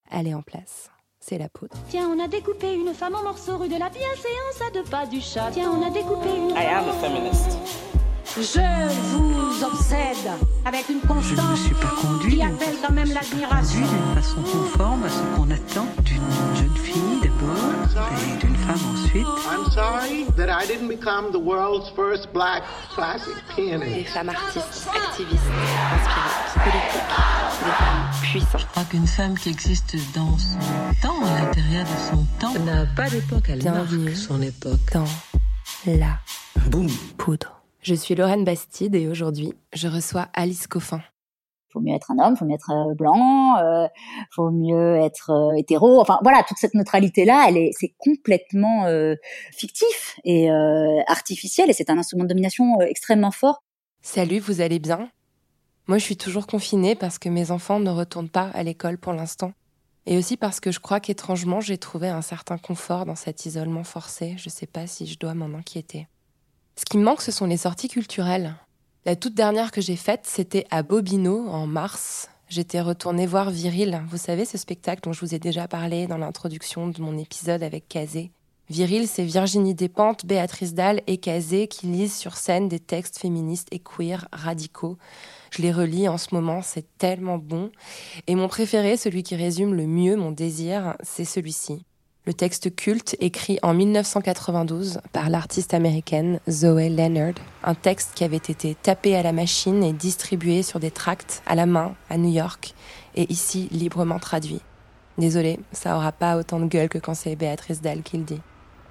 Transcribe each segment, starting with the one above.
elle est en place. C'est la poudre. Tiens, on a découpé une femme en morceaux rue de la Bienséance à 2 pas du chat. Tiens, on a découpé une... I am a feminist. Je vous obsède avec une constance je ne me suis pas conduite qui appelle quand même l'admiration. D'une façon conforme à ce qu'on attend d'une jeune fille d'abord et d'une femme ensuite. I'm sorry that I didn't become the world's first black classic pianist. Des femmes artistes, activistes, inspirantes, politiques, des femmes puissantes. Je crois qu'une femme qui existe dans son temps, à l'intérieur de son temps, n'a pas d'époque, elle marque son époque. Dans la Boum. poudre. Je suis Lorraine Bastide et aujourd'hui, je reçois Alice Coffin. Faut mieux être un homme, faut mieux être blanc, faut mieux être hétéro. Enfin voilà, toute cette neutralité-là, c'est complètement fictif et artificiel, et c'est un instrument de domination extrêmement fort. Salut, vous allez bien ? Moi, je suis toujours confinée parce que mes enfants ne retournent pas à l'école pour l'instant. Et aussi parce que je crois qu'étrangement, j'ai trouvé un certain confort dans cet isolement forcé. Je sais pas si je dois m'en inquiéter. Ce qui me manque, ce sont les sorties culturelles. La toute dernière que j'ai faite, c'était à Bobino, en mars. J'étais retournée voir Viril. Vous savez, ce spectacle dont je vous ai déjà parlé dans l'introduction de mon épisode avec Kazé. Viril, c'est Virginie Despentes, Béatrice Dalle et Kazé qui lisent sur scène des textes féministes et queer radicaux. Je les relis en ce moment, c'est tellement bon. Et mon préféré, celui qui résume le mieux mon désir, c'est celui-ci. Le texte culte écrit en 1992 par l'artiste américaine Zoe Leonard, un texte qui avait été tapé à la machine et distribué sur des tracts à la main à New York et ici librement traduit. Désolée, ça aura pas autant de gueule que quand c'est Béatrice Dalle qui le dit.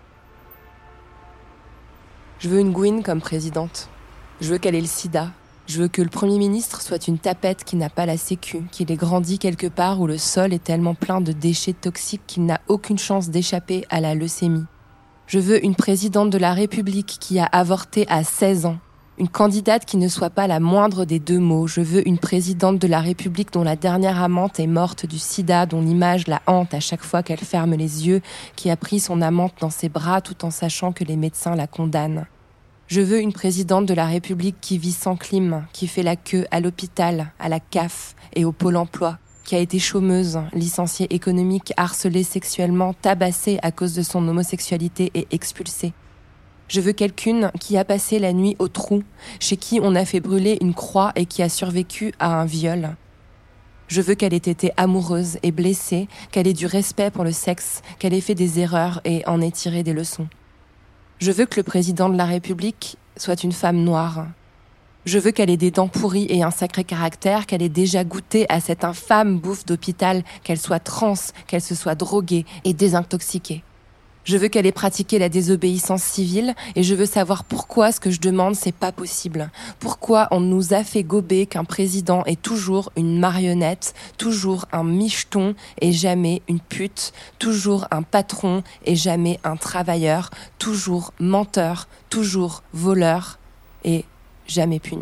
Je veux une Gwyn comme présidente. Je veux qu'elle ait le sida. Je veux que le Premier ministre soit une tapette qui n'a pas la sécu, qu'il ait grandi quelque part où le sol est tellement plein de déchets toxiques qu'il n'a aucune chance d'échapper à la leucémie. Je veux une présidente de la République qui a avorté à 16 ans. Une candidate qui ne soit pas la moindre des deux mots. Je veux une présidente de la République dont la dernière amante est morte du sida, dont l'image la hante à chaque fois qu'elle ferme les yeux, qui a pris son amante dans ses bras tout en sachant que les médecins la condamnent. Je veux une présidente de la République qui vit sans clim, qui fait la queue à l'hôpital, à la CAF et au Pôle emploi, qui a été chômeuse, licenciée économique, harcelée sexuellement, tabassée à cause de son homosexualité et expulsée. Je veux quelqu'une qui a passé la nuit au trou, chez qui on a fait brûler une croix et qui a survécu à un viol. Je veux qu'elle ait été amoureuse et blessée, qu'elle ait du respect pour le sexe, qu'elle ait fait des erreurs et en ait tiré des leçons. Je veux que le président de la République soit une femme noire. Je veux qu'elle ait des dents pourries et un sacré caractère, qu'elle ait déjà goûté à cette infâme bouffe d'hôpital, qu'elle soit trans, qu'elle se soit droguée et désintoxiquée. Je veux qu'elle ait pratiqué la désobéissance civile et je veux savoir pourquoi ce que je demande, c'est pas possible. Pourquoi on nous a fait gober qu'un président est toujours une marionnette, toujours un micheton et jamais une pute, toujours un patron et jamais un travailleur, toujours menteur, toujours voleur et jamais puni.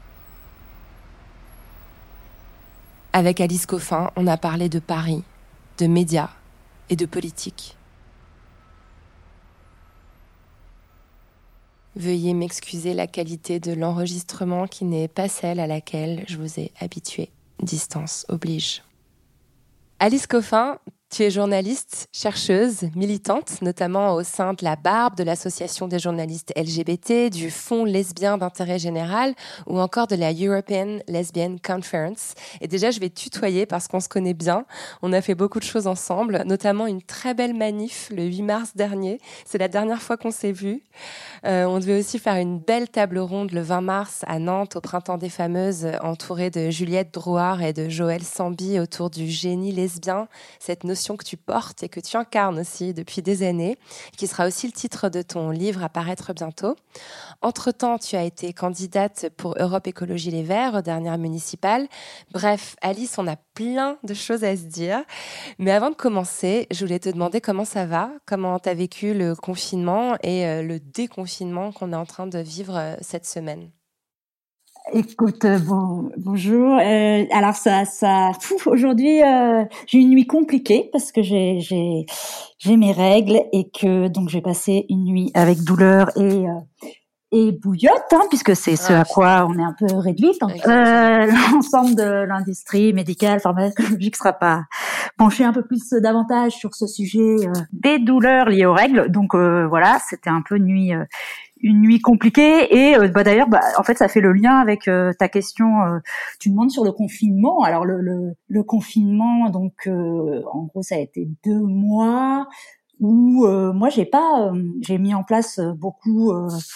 Avec Alice Coffin, on a parlé de Paris, de médias et de politique. Veuillez m'excuser la qualité de l'enregistrement qui n'est pas celle à laquelle je vous ai habitué. Distance oblige. Alice Coffin, tu es journaliste, chercheuse, militante, notamment au sein de la Barbe, de l'Association des journalistes LGBT, du Fonds lesbien d'intérêt général ou encore de la European Lesbian Conference. Et déjà, je vais te tutoyer parce qu'on se connaît bien. On a fait beaucoup de choses ensemble, notamment une très belle manif le 8 mars dernier. C'est la dernière fois qu'on s'est vus. On devait aussi faire une belle table ronde le 20 mars à Nantes, au Printemps des Fameuses, entourée de Juliette Drouard et de Joël Samby autour du génie lesbien, cette notion que tu portes et que tu incarnes aussi depuis des années, qui sera aussi le titre de ton livre à paraître bientôt. Entre-temps, tu as été candidate pour Europe Écologie Les Verts aux dernières municipales. Bref, Alice, on a plein de choses à se dire. Mais avant de commencer, je voulais te demander comment ça va, comment tu as vécu le confinement et le déconfinement qu'on est en train de vivre cette semaine. Écoute, bonjour. Alors aujourd'hui, j'ai une nuit compliquée parce que j'ai mes règles et que donc j'ai passé une nuit avec douleur et bouillotte, puisque c'est ce à quoi on est un peu réduite. L'ensemble de l'industrie médicale, pharmacologique sera pas pencher un peu plus davantage sur ce sujet des douleurs liées aux règles. Donc voilà, c'était un peu une nuit compliquée et d'ailleurs en fait ça fait le lien avec ta question. Tu demandes sur le confinement. Alors le confinement, donc en gros ça a été 2 mois où moi j'ai mis en place beaucoup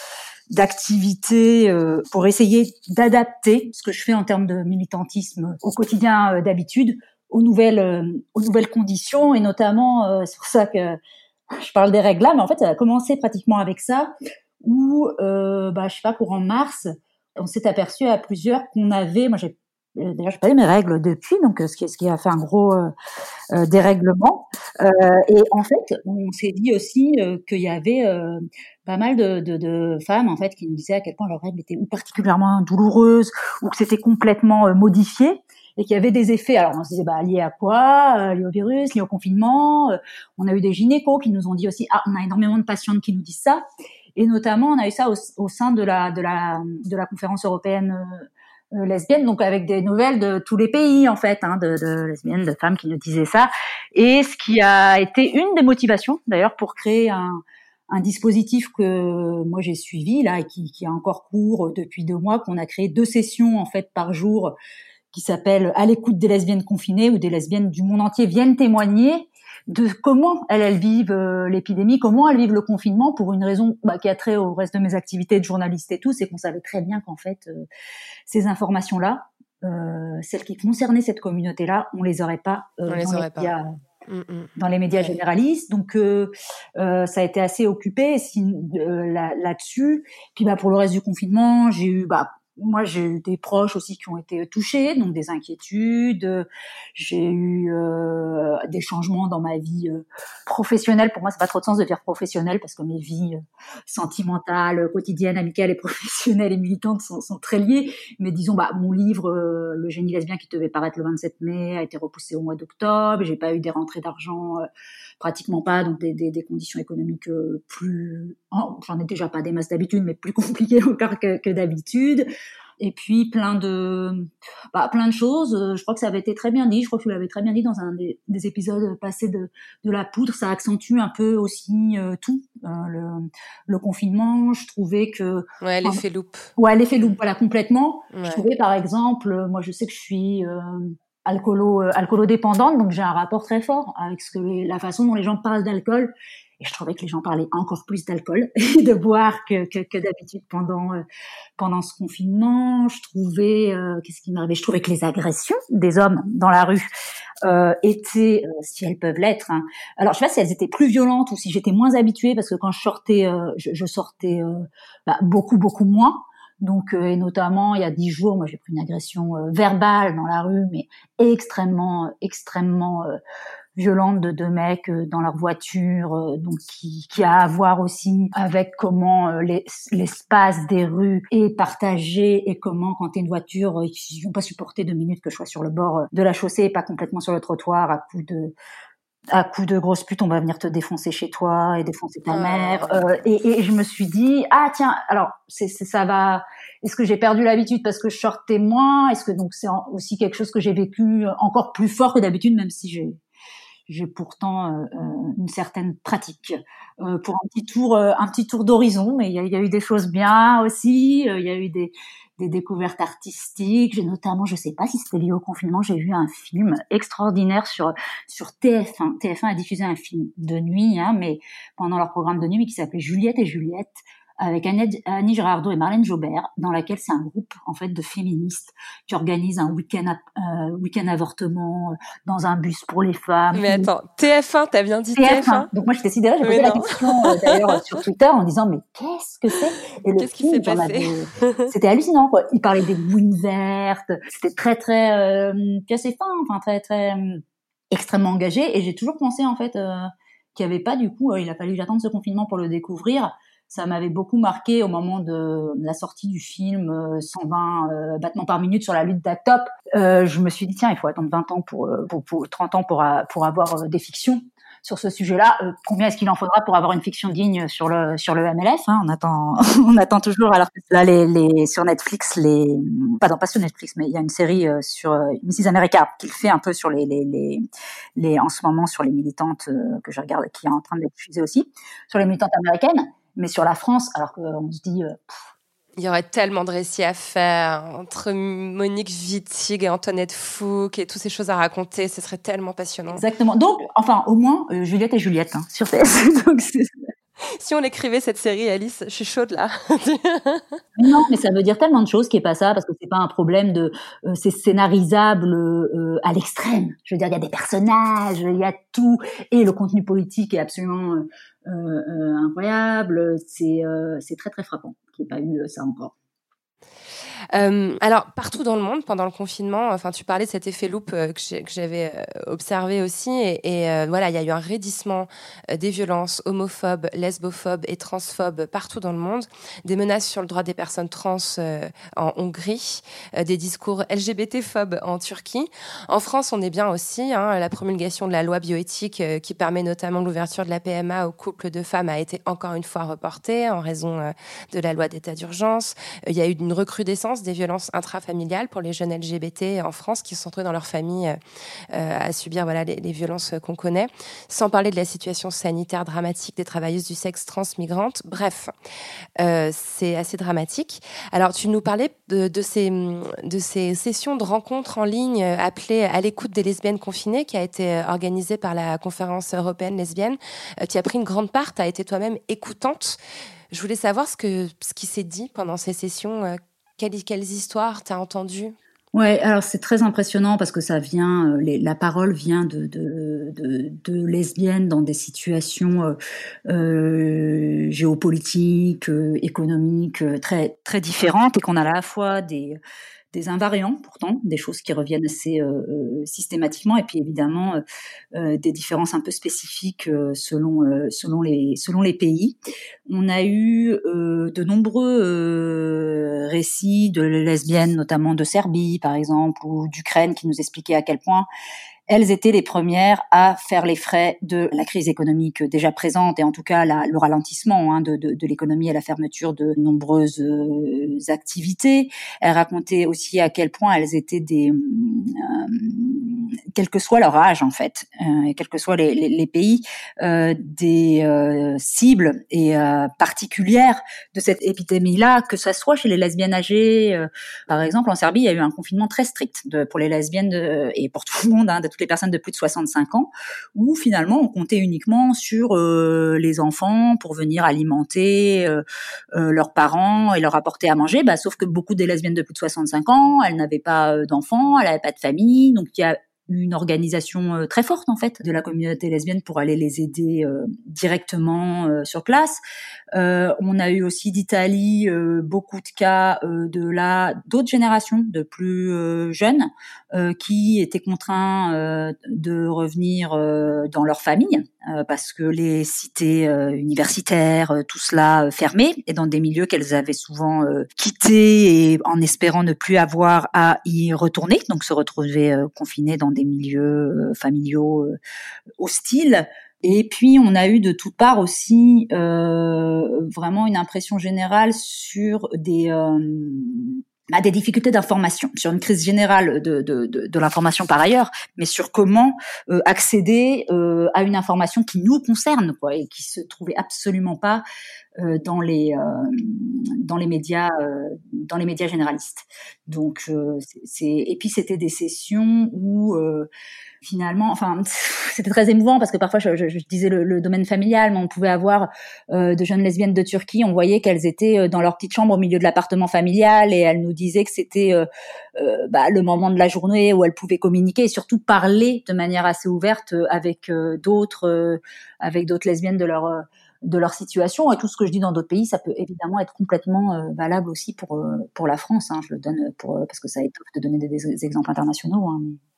d'activités pour essayer d'adapter ce que je fais en termes de militantisme au quotidien d'habitude aux nouvelles conditions, et notamment c'est pour ça que je parle des règles là, mais en fait ça a commencé pratiquement avec ça où je sais pas, courant mars, on s'est aperçu à plusieurs qu'on avait, moi j'ai pas eu mes règles depuis, donc ce qui a fait un gros dérèglement, et en fait on s'est dit aussi qu'il y avait pas mal de femmes en fait qui nous disaient à quel point leurs règles étaient ou particulièrement douloureuses ou que c'était complètement modifié et qu'il y avait des effets. Alors on se disait liés à quoi, liés au virus, liés au confinement. On a eu des gynécos qui nous ont dit aussi on a énormément de patientes qui nous disent ça, et notamment on a eu ça au sein de la conférence européenne lesbienne, donc avec des nouvelles de tous les pays en fait, de lesbiennes, de femmes qui nous disaient ça, et ce qui a été une des motivations d'ailleurs pour créer un dispositif que moi j'ai suivi là et qui est encore court depuis 2 mois, qu'on a créé 2 sessions en fait par jour, qui s'appelle À l'écoute des lesbiennes confinées, où des lesbiennes du monde entier viennent témoigner de comment elles vivent l'épidémie, comment elles vivent le confinement, pour une raison qui a trait au reste de mes activités de journaliste et tout, c'est qu'on savait très bien qu'en fait ces informations-là, celles qui concernaient cette communauté-là, on les aurait pas dans les médias généralistes. Donc ça a été assez occupé là-dessus. Puis pour le reste du confinement, moi, j'ai eu des proches aussi qui ont été touchés, donc des inquiétudes. J'ai eu des changements dans ma vie professionnelle. Pour moi, c'est pas trop de sens de dire professionnelle, parce que mes vies sentimentales, quotidiennes, amicales et professionnelles et militantes sont très liées. Mais disons, mon livre, Le génie lesbien, qui devait paraître le 27 mai, a été repoussé au mois d'octobre. J'ai pas eu des rentrées d'argent, pratiquement pas, donc des conditions économiques plus... j'en ai déjà pas des masses d'habitude, mais plus compliquées encore que d'habitude. Et puis plein de choses. Je crois que ça avait été très bien dit. Je crois que tu l'avais très bien dit dans un des épisodes passés de La Poudre. Ça accentue un peu aussi tout. Le confinement, je trouvais que... Ouais, l'effet loupe. Ouais, l'effet loupe, voilà, complètement. Ouais. Je trouvais, par exemple, moi je sais que je suis alcoolo-dépendante, donc j'ai un rapport très fort avec la façon dont les gens parlent d'alcool. Et je trouvais que les gens parlaient encore plus d'alcool et de boire que d'habitude pendant ce confinement. Je trouvais, qu'est-ce qui m'arrivait ? Je trouvais que les agressions des hommes dans la rue étaient, si elles peuvent l'être, alors je sais pas si elles étaient plus violentes ou si j'étais moins habituée, parce que quand je sortais, je sortais beaucoup moins. Donc, et notamment, il y a 10 jours, moi, j'ai pris une agression verbale dans la rue, mais extrêmement violente, de 2 mecs dans leur voiture, donc qui a à voir aussi avec comment l'espace des rues est partagé, et comment, quand t'es une voiture, ils vont pas supporter 2 minutes que je sois sur le bord de la chaussée et pas complètement sur le trottoir à coup de grosse pute, on va venir te défoncer chez toi et défoncer ta mère. Et je me suis dit, tiens, alors ça va. Est-ce que j'ai perdu l'habitude parce que je sortais moins ? Est-ce que donc c'est aussi quelque chose que j'ai vécu encore plus fort que d'habitude, même si j'ai pourtant une certaine pratique pour un petit tour d'horizon. Mais il y a eu des choses bien aussi. Il y a eu des découvertes artistiques. J'ai notamment, je sais pas si c'était lié au confinement, j'ai vu un film extraordinaire sur TF1. TF1 a diffusé un film de nuit, mais pendant leur programme de nuit, mais qui s'appelait Juliette et Juliette, avec Annie Girardot et Marlène Jobert, dans laquelle c'est un groupe en fait de féministes qui organisent un week-end avortement dans un bus pour les femmes. Mais attends, TF1, t'as bien dit TF1 ? Donc moi j'étais sidérée, j'ai posé la question d'ailleurs sur Twitter en disant mais qu'est-ce que c'est ? Et qu'est-ce qui s'est passé ? C'était hallucinant quoi. Ils parlaient des bouines vertes, c'était très assez fin, enfin très extrêmement engagé, et j'ai toujours pensé en fait qu'il y avait pas du coup, il a fallu que j'attende ce confinement pour le découvrir. Ça m'avait beaucoup marqué au moment de la sortie du film 120 battements par minute sur la lutte d'Actop. Je me suis dit tiens, il faut attendre 20 ans pour 30 ans pour avoir des fictions sur ce sujet-là. Combien est-ce qu'il en faudra pour avoir une fiction digne sur le MLF, hein? On attend toujours. Alors là, sur Netflix, pas sur Netflix, mais il y a une série sur Mrs America qui le fait un peu sur en ce moment sur les militantes que je regarde, qui est en train d'être diffusée aussi sur les militantes américaines, mais sur la France, alors qu'on se dit. Il y aurait tellement de récits à faire entre Monique Wittig et Antoinette Fouque et toutes ces choses à raconter. Ce serait tellement passionnant. Exactement. Donc, enfin, au moins, Juliette et Juliette, hein, sur TF. Donc, si on écrivait cette série, Alice, je suis chaude là. Non, mais ça veut dire tellement de choses qui est pas ça, parce que c'est pas un problème c'est scénarisable à l'extrême. Je veux dire, il y a des personnages, il y a tout, et le contenu politique est absolument incroyable. C'est très très frappant qu'il n'y ait pas eu ça encore. Alors, partout dans le monde, pendant le confinement, enfin, tu parlais de cet effet loupe que j'avais observé aussi, et voilà, il y a eu un raidissement des violences homophobes, lesbophobes et transphobes partout dans le monde, des menaces sur le droit des personnes trans en Hongrie, des discours LGBT-phobes en Turquie. En France, on est bien aussi, hein, la promulgation de la loi bioéthique qui permet notamment l'ouverture de la PMA aux couples de femmes a été encore une fois reportée en raison de la loi d'état d'urgence. Il y a eu une recrudescence des violences intrafamiliales pour les jeunes LGBT en France qui se sont retrouvés dans leur famille à subir les violences qu'on connaît, sans parler de la situation sanitaire dramatique des travailleuses du sexe trans migrantes. Bref, c'est assez dramatique. Alors, tu nous parlais de ces sessions de rencontres en ligne appelées À l'écoute des lesbiennes confinées, qui a été organisée par la Conférence européenne lesbienne. Tu as pris une grande part, tu as été toi-même écoutante. Je voulais savoir ce qui s'est dit pendant ces sessions. Quelles histoires t'as entendues? Ouais, alors c'est très impressionnant parce que ça vient, la parole vient de lesbiennes dans des situations géopolitiques, économiques très très différentes, et qu'on a à la fois des invariants, pourtant, des choses qui reviennent assez systématiquement, et puis évidemment des différences un peu spécifiques selon les pays. On a eu de nombreux récits de lesbiennes, notamment de Serbie, par exemple, ou d'Ukraine, qui nous expliquaient à quel point elles étaient les premières à faire les frais de la crise économique déjà présente, et en tout cas le ralentissement de l'économie et la fermeture de nombreuses activités. Elles racontaient aussi à quel point elles étaient quel que soit leur âge en fait, et quels que soient les pays, des cibles et particulières de cette épidémie-là, que ça soit chez les lesbiennes âgées. Par exemple, en Serbie, il y a eu un confinement très strict pour les lesbiennes et pour tout le monde, de toutes les personnes de plus de 65 ans, où finalement on comptait uniquement sur les enfants pour venir alimenter leurs parents et leur apporter à manger. Sauf que beaucoup des lesbiennes de plus de 65 ans, elles n'avaient pas d'enfants, elles n'avaient pas de famille, donc il y a une organisation très forte en fait de la communauté lesbienne pour aller les aider directement sur place. On a eu aussi d'Italie beaucoup de cas d'autres générations de plus jeunes qui étaient contraints de revenir dans leur famille parce que les cités universitaires, tout cela fermé, et dans des milieux qu'elles avaient souvent quittés, et en espérant ne plus avoir à y retourner, donc se retrouver confinées dans des milieux familiaux hostiles. Et puis on a eu de toutes parts aussi vraiment une impression générale sur des difficultés d'information, sur une crise générale de l'information par ailleurs, mais sur comment accéder à une information qui nous concerne, quoi, et qui se trouvait absolument pas dans les médias généralistes. Donc et puis c'était des sessions où finalement, enfin, c'était très émouvant parce que parfois je disais le domaine familial, mais on pouvait avoir de jeunes lesbiennes de Turquie, on voyait qu'elles étaient dans leur petite chambre au milieu de l'appartement familial, et elles nous disaient que c'était le moment de la journée où elles pouvaient communiquer et surtout parler de manière assez ouverte avec d'autres lesbiennes de leur situation. Et tout ce que je dis dans d'autres pays, ça peut évidemment être complètement valable aussi pour la France, hein. Je le donne parce que ça étoffe de donner des exemples internationaux, hein.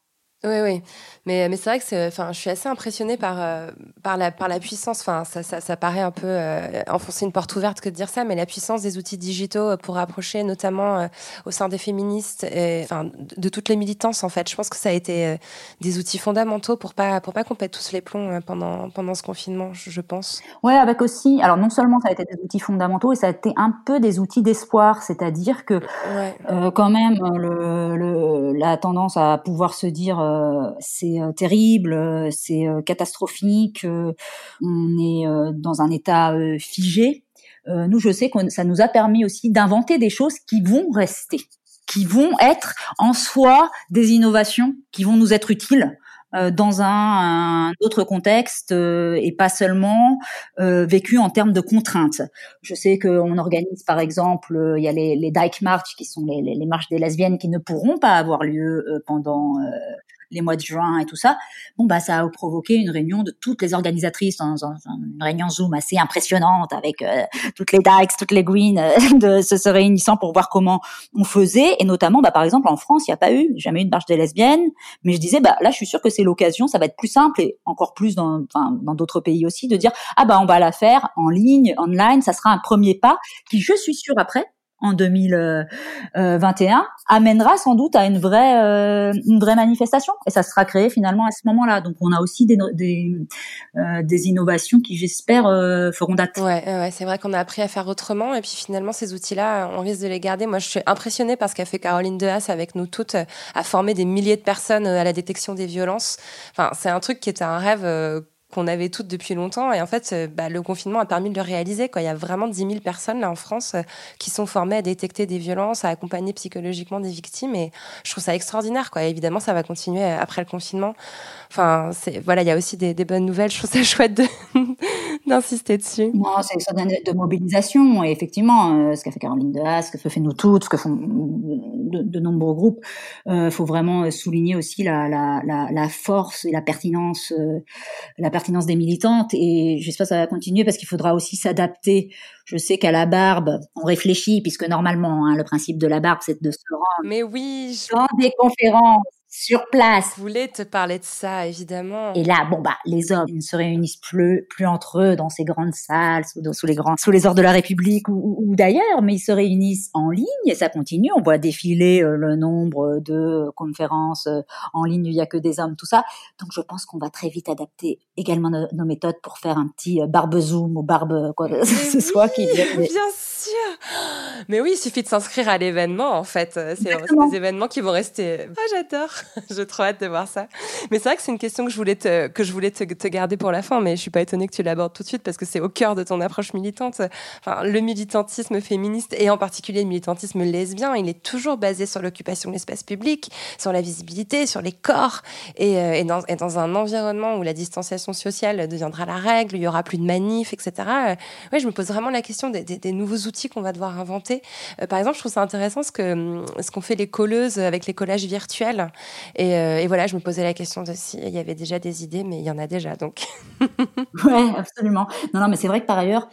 Oui. Mais c'est vrai que je suis assez impressionnée par la puissance. Enfin, ça paraît un peu enfoncer une porte ouverte que de dire ça, mais la puissance des outils digitaux pour rapprocher, notamment au sein des féministes, de toutes les militances, en fait. Je pense que ça a été des outils fondamentaux pour pas qu'on pète tous les plombs pendant ce confinement, je pense. Ouais, avec aussi, alors non seulement ça a été des outils fondamentaux, et ça a été un peu des outils d'espoir, c'est-à-dire que quand même la tendance à pouvoir se dire c'est terrible, c'est catastrophique, on est dans un état figé. Nous, je sais que ça nous a permis aussi d'inventer des choses qui vont rester, qui vont être en soi des innovations qui vont nous être utiles dans un autre contexte et pas seulement vécu en termes de contraintes. Je sais qu'on organise par exemple, il y a les Dyke March qui sont les marches des lesbiennes qui ne pourront pas avoir lieu pendant les mois de juin et tout ça. Bon, bah, ça a provoqué une réunion de toutes les organisatrices, une réunion Zoom assez impressionnante avec toutes les Dykes, toutes les Green se réunissant pour voir comment on faisait. Et notamment, bah, par exemple, en France, il n'y a pas jamais eu une marche des lesbiennes. Mais je disais, bah, là, je suis sûre que c'est l'occasion, ça va être plus simple et encore plus dans d'autres pays aussi de dire, ah, bah, on va la faire en ligne, online, ça sera un premier pas qui, je suis sûre, après, en 2021, amènera sans doute à une vraie manifestation et ça sera créé finalement à ce moment-là. Donc on a aussi des innovations qui j'espère feront date. Ouais, c'est vrai qu'on a appris à faire autrement et puis finalement ces outils-là, on risque de les garder. Moi, je suis impressionnée par ce qu'a fait Caroline Dehaas avec nous toutes, à former des milliers de personnes à la détection des violences. Enfin, c'est un truc qui était un rêve qu'on avait toutes depuis longtemps et en fait le confinement a permis de le réaliser quoi. Il y a vraiment 10 000 personnes là en France qui sont formées à détecter des violences, à accompagner psychologiquement des victimes et je trouve ça extraordinaire quoi. Et évidemment ça va continuer après le confinement. Enfin il y a aussi des bonnes nouvelles. Je trouve ça chouette d'insister dessus. Non, c'est ça de mobilisation et effectivement ce qu'a fait Caroline Dehaas, ce que fait nous toutes, ce que font de nombreux groupes. Faut vraiment souligner aussi la force et la pertinence des militantes et j'espère que ça va continuer parce qu'il faudra aussi s'adapter. Je sais qu'à la Barbe, on réfléchit puisque normalement, le principe de la Barbe, c'est de se rendre Mais oui, dans des conférences sur place. Je voulais te parler de ça, évidemment. Et là, les hommes ne se réunissent plus entre eux dans ces grandes salles, sous les ors de la République ou d'ailleurs, mais ils se réunissent en ligne et ça continue. On voit défiler le nombre de conférences en ligne, il y a que des hommes, tout ça. Donc, je pense qu'on va très vite adapter également nos méthodes pour faire un petit barbe Zoom ou barbe ce soit qui bien sûr. Mais oui, il suffit de s'inscrire à l'événement, en fait. C'est des événements qui vont rester. Ah, j'adore. J'ai trop hâte de voir ça. Mais c'est vrai que c'est une question que je voulais te garder pour la fin, mais je suis pas étonnée que tu l'abordes tout de suite parce que c'est au cœur de ton approche militante. Enfin, le militantisme féministe et en particulier le militantisme lesbien, il est toujours basé sur l'occupation de l'espace public, sur la visibilité, sur les corps et dans un environnement où la distanciation sociale deviendra la règle, il y aura plus de manifs, etc. Ouais, je me pose vraiment la question des nouveaux outils qu'on va devoir inventer. Par exemple, je trouve ça intéressant ce qu'ont fait les colleuses avec les collages virtuels. Et voilà, je me posais la question de s'il y avait déjà des idées, mais il y en a déjà, donc. Ouais, absolument. Non, mais c'est vrai que par ailleurs,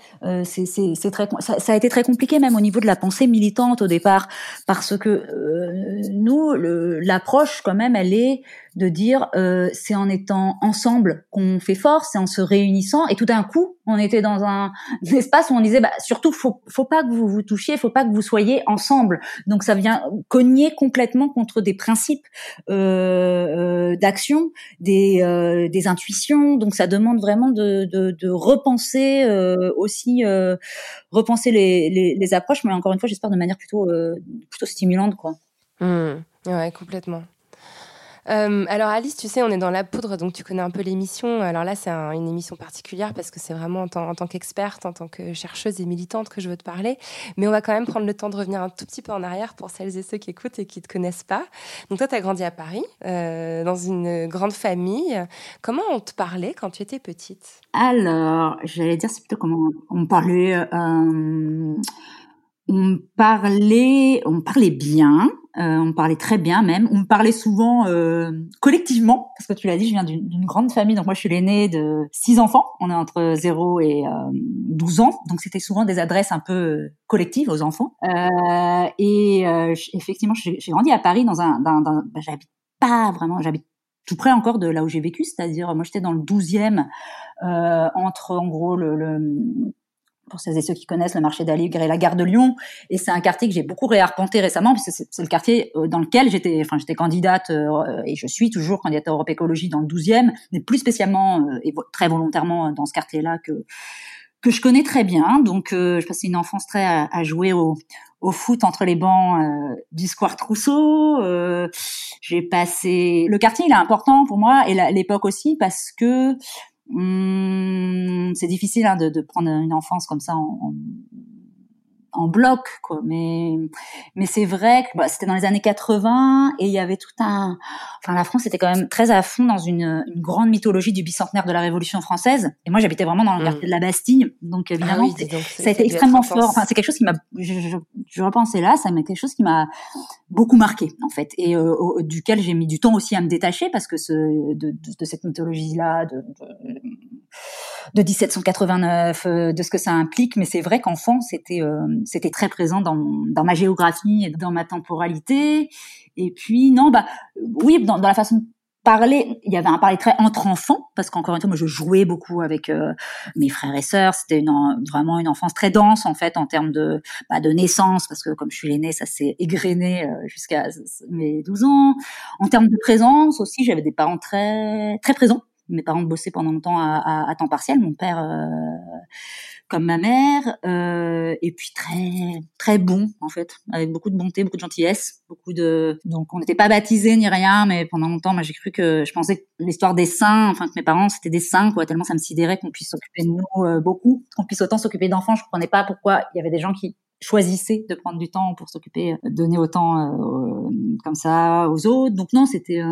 ça a été très compliqué même au niveau de la pensée militante au départ, parce que nous, l'approche quand même, elle est de dire c'est en étant ensemble qu'on fait force, c'est en se réunissant, et tout d'un coup, on était dans un espace où on disait surtout faut pas que vous vous touchiez, faut pas que vous soyez ensemble. Donc ça vient cogner complètement contre des principes d'action, des intuitions. Donc ça demande vraiment de repenser aussi repenser les approches, mais encore une fois, j'espère de manière plutôt stimulante quoi. Ouais, complètement. Alors Alice, tu sais, on est dans La Poudre, donc tu connais un peu l'émission. Alors là, c'est une émission particulière parce que c'est vraiment en tant qu'experte, en tant que chercheuse et militante que je veux te parler. Mais on va quand même prendre le temps de revenir un tout petit peu en arrière pour celles et ceux qui écoutent et qui ne te connaissent pas. Donc toi, tu as grandi à Paris, dans une grande famille. Comment on te parlait quand tu étais petite ? Alors, j'allais dire, c'est plutôt comment on parlait... On parlait bien, on parlait très bien même, on parlait souvent collectivement, parce que tu l'as dit, je viens d'une grande famille, donc moi je suis l'aînée de 6 enfants, on est entre 0 et 12 ans, donc c'était souvent des adresses un peu collectives aux enfants. Effectivement, j'ai grandi à Paris j'habite tout près encore de là où j'ai vécu, c'est-à-dire moi j'étais dans le 12e, entre en gros pour celles et ceux qui connaissent le marché d'Aligre et la gare de Lyon, et c'est un quartier que j'ai beaucoup réarpenté récemment, puisque c'est le quartier dans lequel j'étais candidate, et je suis toujours candidate à Europe Écologie dans le 12e, mais plus spécialement et très volontairement dans ce quartier-là que je connais très bien. Donc je passais une enfance très à jouer au foot entre les bancs du Square Trousseau. J'ai passé... Le quartier, il est important pour moi, et l'époque aussi, parce que c'est difficile de prendre une enfance comme ça en bloc, quoi. Mais c'est vrai que c'était dans les années 80, et il y avait la France était quand même très à fond dans une grande mythologie du bicentenaire de la Révolution française. Et moi, j'habitais vraiment dans le quartier de la Bastille, donc évidemment, ça a été extrêmement fort. Enfin, c'est quelque chose qui m'a, je repensais là, ça m'a quelque chose qui m'a beaucoup marqué, en fait, et duquel j'ai mis du temps aussi à me détacher, parce que de cette mythologie-là, de 1789, de ce que ça implique. Mais c'est vrai qu'enfant, c'était très présent dans ma géographie et dans ma temporalité. Et puis oui, dans la façon de parler, il y avait un parler très entre enfants, parce qu'encore une fois, moi je jouais beaucoup avec mes frères et sœurs. C'était vraiment une enfance très dense, en fait, en termes de naissance, parce que comme je suis l'aînée, ça s'est égrené jusqu'à mes 12 ans. En termes de présence aussi, j'avais des parents très très présents. Mes parents bossaient pendant longtemps à temps partiel, mon père comme ma mère, et puis très très bon, en fait, avec beaucoup de bonté, beaucoup de gentillesse, donc on n'était pas baptisés ni rien, mais pendant longtemps, moi je pensais que l'histoire des saints, que mes parents c'était des saints, quoi, tellement ça me sidérait qu'on puisse s'occuper de nous beaucoup, qu'on puisse autant s'occuper d'enfants. Je comprenais pas pourquoi il y avait des gens qui choisissaient de prendre du temps pour s'occuper, donner autant comme ça aux autres. Donc non, c'était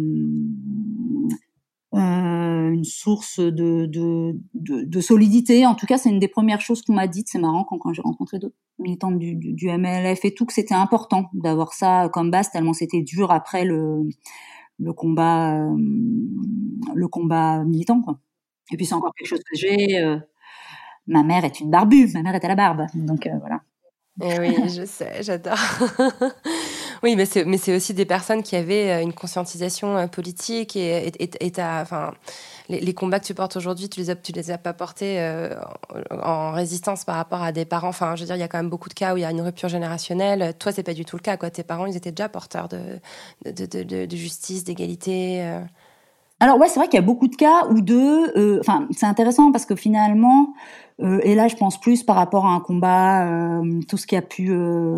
une source de solidité. En tout cas, c'est une des premières choses qu'on m'a dites. C'est marrant quand j'ai rencontré d'autres militantes du MLF et tout, que c'était important d'avoir ça comme base, tellement c'était dur après le combat militant, quoi. Et puis c'est encore quelque chose que j'ai. Ma mère est une barbue. Ma mère est à la barbe. Donc voilà. Et oui, je sais, j'adore. Oui, mais c'est aussi des personnes qui avaient une conscientisation politique et les combats que tu portes aujourd'hui, tu les as pas portés en résistance par rapport à des parents. Enfin, je veux dire, il y a quand même beaucoup de cas où il y a une rupture générationnelle. Toi, c'est pas du tout le cas, quoi. Tes parents, ils étaient déjà porteurs de justice, d'égalité. Alors ouais, c'est vrai qu'il y a beaucoup de cas où c'est intéressant parce que finalement, et là je pense plus par rapport à un combat, tout ce qui a pu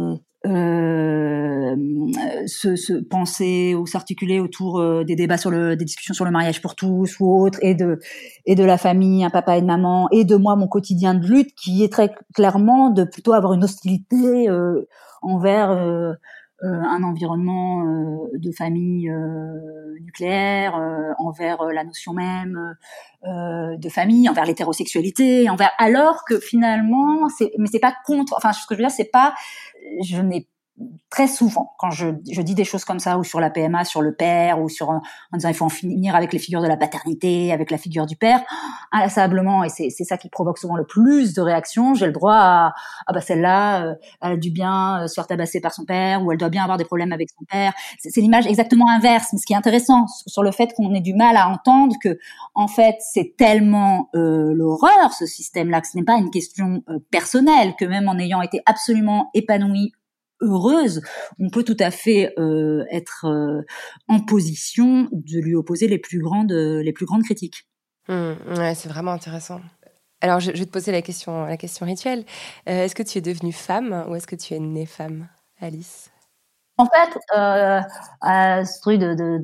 se penser ou s'articuler autour des débats des discussions sur le mariage pour tous ou autre, et de la famille, un papa et une maman, et de moi, mon quotidien de lutte, qui est très clairement de plutôt avoir une hostilité envers un environnement de famille nucléaire, envers la notion même de famille, envers l'hétérosexualité, alors que finalement mais c'est pas contre, ce que je veux dire, c'est pas, je n'ai très souvent, quand je dis des choses comme ça, ou sur la PMA, sur le père, ou en disant il faut en finir avec les figures de la paternité, avec la figure du père, inlassablement, et c'est ça qui provoque souvent le plus de réactions, j'ai le droit à celle-là, elle a dû bien se faire tabasser par son père, ou elle doit bien avoir des problèmes avec son père. C'est l'image exactement inverse. Mais ce qui est intéressant sur le fait qu'on ait du mal à entendre que, en fait, c'est tellement l'horreur, ce système-là, que ce n'est pas une question personnelle, que même en ayant été absolument épanouie, heureuse, on peut tout à fait être en position de lui opposer les plus grandes critiques. Ouais, c'est vraiment intéressant. Alors, je vais te poser la question rituelle. Est-ce que tu es devenue femme ou est-ce que tu es née femme, Alice ? En fait, ce truc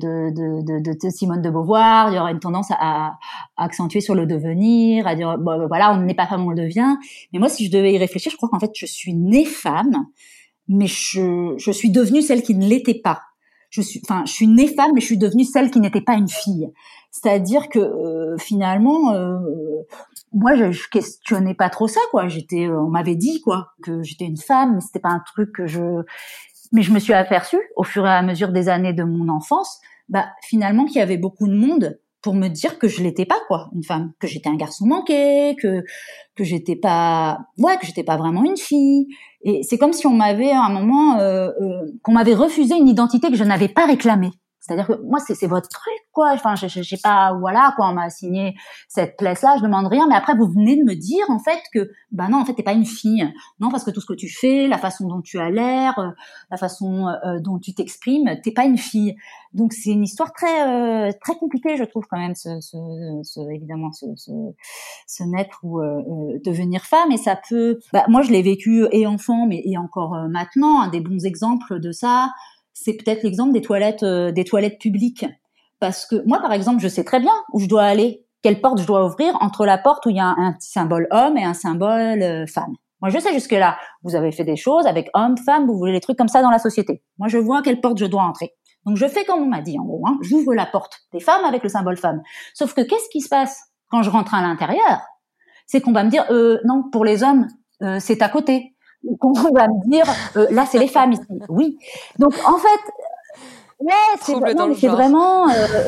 de Simone de Beauvoir, il y aurait une tendance à accentuer sur le devenir, à dire voilà, on n'est pas femme, on le devient. Mais moi, si je devais y réfléchir, je crois qu'en fait, je suis née femme, mais je suis devenue celle qui ne l'était pas. Je suis née femme, mais je suis devenue celle qui n'était pas une fille. C'est-à-dire que finalement, moi, je questionnais pas trop ça, quoi. On m'avait dit, quoi, que j'étais une femme, mais c'était pas un truc mais je me suis aperçue au fur et à mesure des années de mon enfance, finalement, qu'il y avait beaucoup de monde pour me dire que je l'étais pas, quoi, une femme, que j'étais un garçon manqué, que j'étais pas vraiment une fille. Et c'est comme si on m'avait à un moment qu'on m'avait refusé une identité que je n'avais pas réclamée. C'est-à-dire que moi, c'est votre truc, quoi. Enfin, j'ai pas, voilà, quoi, on m'a assigné cette place-là, je demande rien. Mais après, vous venez de me dire, en fait, que, non, en fait, t'es pas une fille. Non, parce que tout ce que tu fais, la façon dont tu as l'air, la façon dont tu t'exprimes, t'es pas une fille. Donc, c'est une histoire très, très compliquée, je trouve, quand même, évidemment, se naître ou devenir femme. Et ça peut, moi, je l'ai vécu et enfant, mais et encore maintenant, des bons exemples de ça. C'est peut-être l'exemple des toilettes publiques. Parce que moi, par exemple, je sais très bien où je dois aller, quelle porte je dois ouvrir entre la porte où il y a un petit symbole homme et un symbole femme. Moi, je sais jusque-là. Vous avez fait des choses avec homme, femme, vous voulez les trucs comme ça dans la société. Moi, je vois à quelle porte je dois entrer. Donc, je fais comme on m'a dit, en gros. J'ouvre la porte des femmes avec le symbole femme. Sauf que qu'est-ce qui se passe quand je rentre à l'intérieur? C'est qu'on va me dire, non, pour les hommes, c'est à côté. Qu'on va me dire là c'est les femmes ici. Oui. Donc en fait c'est vraiment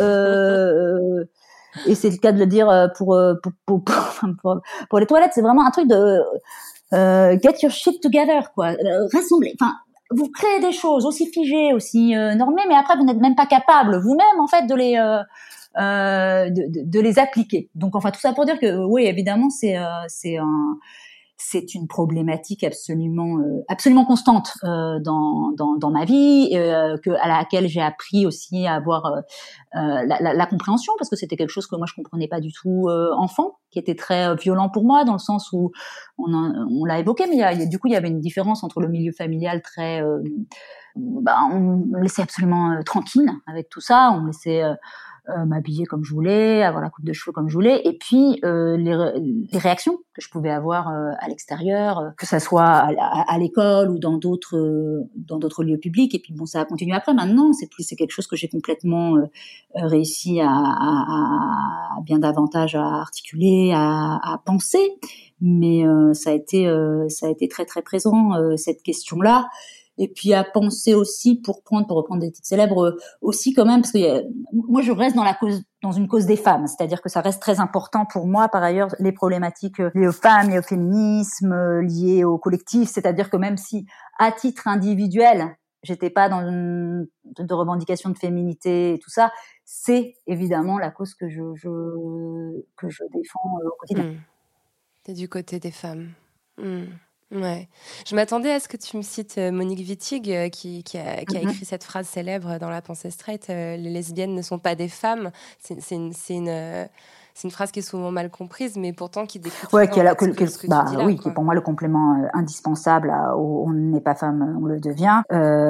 et c'est le cas de le dire pour les toilettes, c'est vraiment un truc de get your shit together, quoi. Rassembler, enfin vous créez des choses aussi figées, aussi normées, mais après vous n'êtes même pas capable vous-même en fait de les appliquer. Donc enfin tout ça pour dire que oui, évidemment c'est une problématique absolument constante dans ma vie, à laquelle j'ai appris aussi à avoir la compréhension, parce que c'était quelque chose que moi je comprenais pas du tout enfant, qui était très violent pour moi, dans le sens où on l'a évoqué, mais il y avait une différence entre le milieu familial très on me laissait absolument tranquille avec tout ça, on me laissait m'habiller comme je voulais, avoir la coupe de cheveux comme je voulais, et puis les réactions que je pouvais avoir à l'extérieur, que ça soit à l'école ou dans d'autres lieux publics. Et puis bon, ça a continué après. Maintenant, c'est quelque chose que j'ai complètement réussi à bien davantage à articuler, à penser. Mais ça a été très très présent cette question-là. Et puis à penser aussi pour reprendre des titres célèbres aussi quand même, parce que moi je reste dans une cause des femmes, c'est-à-dire que ça reste très important pour moi par ailleurs les problématiques liées aux femmes, liées au féminisme, liées au collectif, c'est-à-dire que même si à titre individuel j'étais pas dans de revendication de féminité et tout ça, c'est évidemment la cause que je défends au quotidien. T'es du côté des femmes. Ouais. Je m'attendais à ce que tu me cites Monique Wittig qui a écrit cette phrase célèbre dans La Pensée straight, les lesbiennes ne sont pas des femmes. C'est une phrase qui est souvent mal comprise, mais pourtant qui décrit qui est pour moi le complément indispensable on n'est pas femme, on le devient.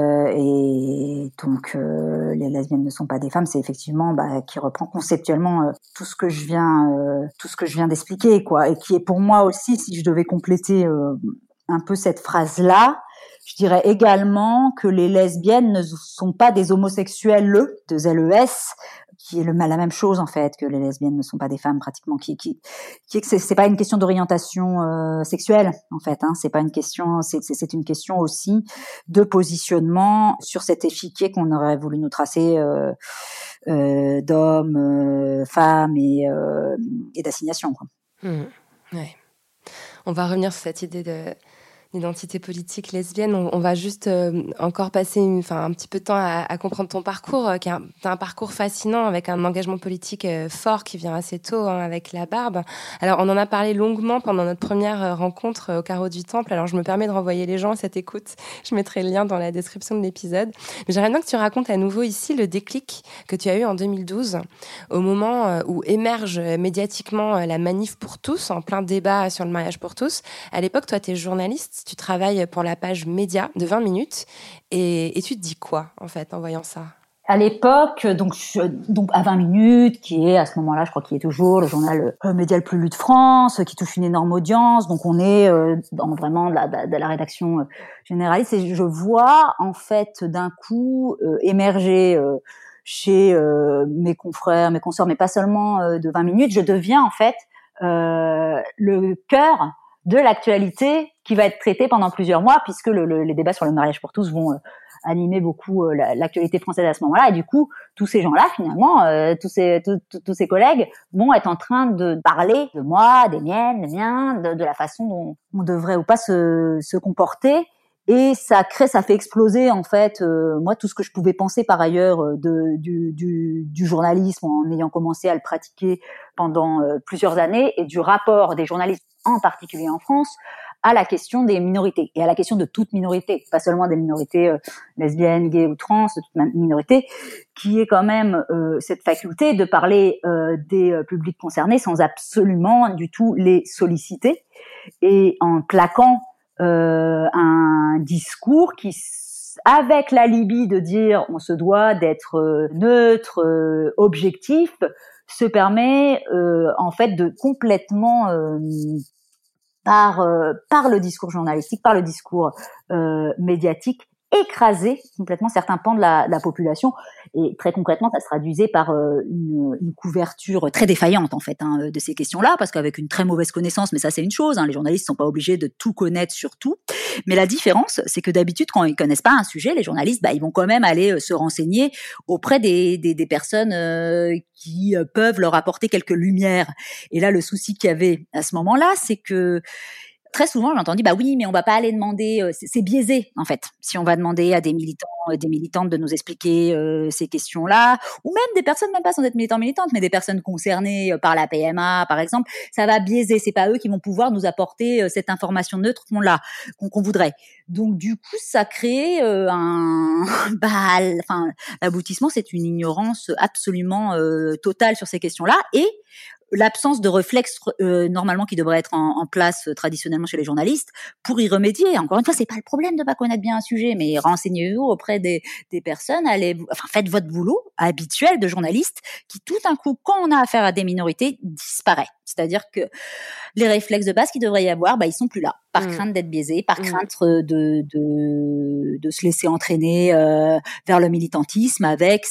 Et donc les lesbiennes ne sont pas des femmes, c'est effectivement qui reprend conceptuellement tout ce que je viens d'expliquer, quoi, et qui est pour moi aussi, si je devais compléter un peu cette phrase-là, je dirais également que les lesbiennes ne sont pas des homosexuels, de ZLES, qui est la même chose en fait, que les lesbiennes ne sont pas des femmes pratiquement, qui est que c'est pas une question d'orientation sexuelle en fait, c'est pas une question, c'est une question aussi de positionnement sur cet échiquier qu'on aurait voulu nous tracer d'hommes, femmes et d'assignation, quoi. Ouais. On va revenir sur cette idée d'identité politique lesbienne. On va juste encore passer un petit peu de temps à comprendre ton parcours, qui est un parcours fascinant avec un engagement politique fort qui vient assez tôt, avec la Barbe. Alors, on en a parlé longuement pendant notre première rencontre au Carreau du Temple. Alors, je me permets de renvoyer les gens à cette écoute. Je mettrai le lien dans la description de l'épisode. Mais j'aimerais bien que tu racontes à nouveau ici le déclic que tu as eu en 2012, au moment où émerge médiatiquement la manif pour tous, en plein débat sur le mariage pour tous. À l'époque, toi, tu es journaliste. Tu travailles pour la page média de 20 minutes et tu te dis quoi, en fait, en voyant ça? À l'époque, donc à 20 minutes, qui est à ce moment-là, je crois qu'il est toujours le journal média le plus lu de France, qui touche une énorme audience. Donc on est dans vraiment de la rédaction généraliste. Et je vois en fait d'un coup émerger chez mes confrères, mes consoeurs, mais pas seulement de 20 minutes. Je deviens en fait le cœur de l'actualité qui va être traitée pendant plusieurs mois, puisque les débats sur le mariage pour tous vont animer beaucoup l'actualité française à ce moment-là. Et du coup, tous ces gens-là, finalement, tous ces collègues vont être en train de parler de moi, des miennes, des miens, de la façon dont on devrait ou pas se comporter. Et ça fait exploser en fait moi tout ce que je pouvais penser par ailleurs du journalisme en ayant commencé à le pratiquer pendant plusieurs années, et du rapport des journalistes en particulier en France à la question des minorités et à la question de toute minorité, pas seulement des minorités lesbiennes, gays ou trans, de toute minorité, qui est quand même cette faculté de parler des publics concernés sans absolument du tout les solliciter, et en plaquant un discours qui, avec l'alibi de dire on se doit d'être neutre, objectif, se permet en fait de complètement par le discours journalistique, par le discours médiatique, écraser complètement certains pans de la population. Et très concrètement, ça se traduisait par une couverture très défaillante en fait de ces questions-là, parce qu'avec une très mauvaise connaissance, mais ça c'est une chose, les journalistes sont pas obligés de tout connaître sur tout. Mais la différence, c'est que d'habitude, quand ils connaissent pas un sujet, les journalistes, ils vont quand même aller se renseigner auprès des personnes qui peuvent leur apporter quelques lumières. Et là, le souci qu'il y avait à ce moment-là, c'est que très souvent, j'ai entendu, oui, mais on va pas aller demander, c'est biaisé, en fait. Si on va demander à des militants, des militantes de nous expliquer ces questions-là, ou même des personnes, même pas sans être militants, militantes, mais des personnes concernées par la PMA, par exemple, ça va biaiser. C'est pas eux qui vont pouvoir nous apporter cette information neutre qu'on voudrait. Donc, du coup, ça crée l'aboutissement, c'est une ignorance absolument totale sur ces questions-là, et l'absence de réflexe normalement qui devrait être en place traditionnellement chez les journalistes pour y remédier. Encore une fois, c'est pas le problème de pas connaître bien un sujet, mais renseignez-vous auprès des personnes, faites votre boulot habituel de journaliste qui tout d'un coup, quand on a affaire à des minorités, disparaît. C'est-à-dire que les réflexes de base qu'il devrait y avoir, ils sont plus là, par crainte d'être biaisés, par crainte de se laisser entraîner vers le militantisme, avec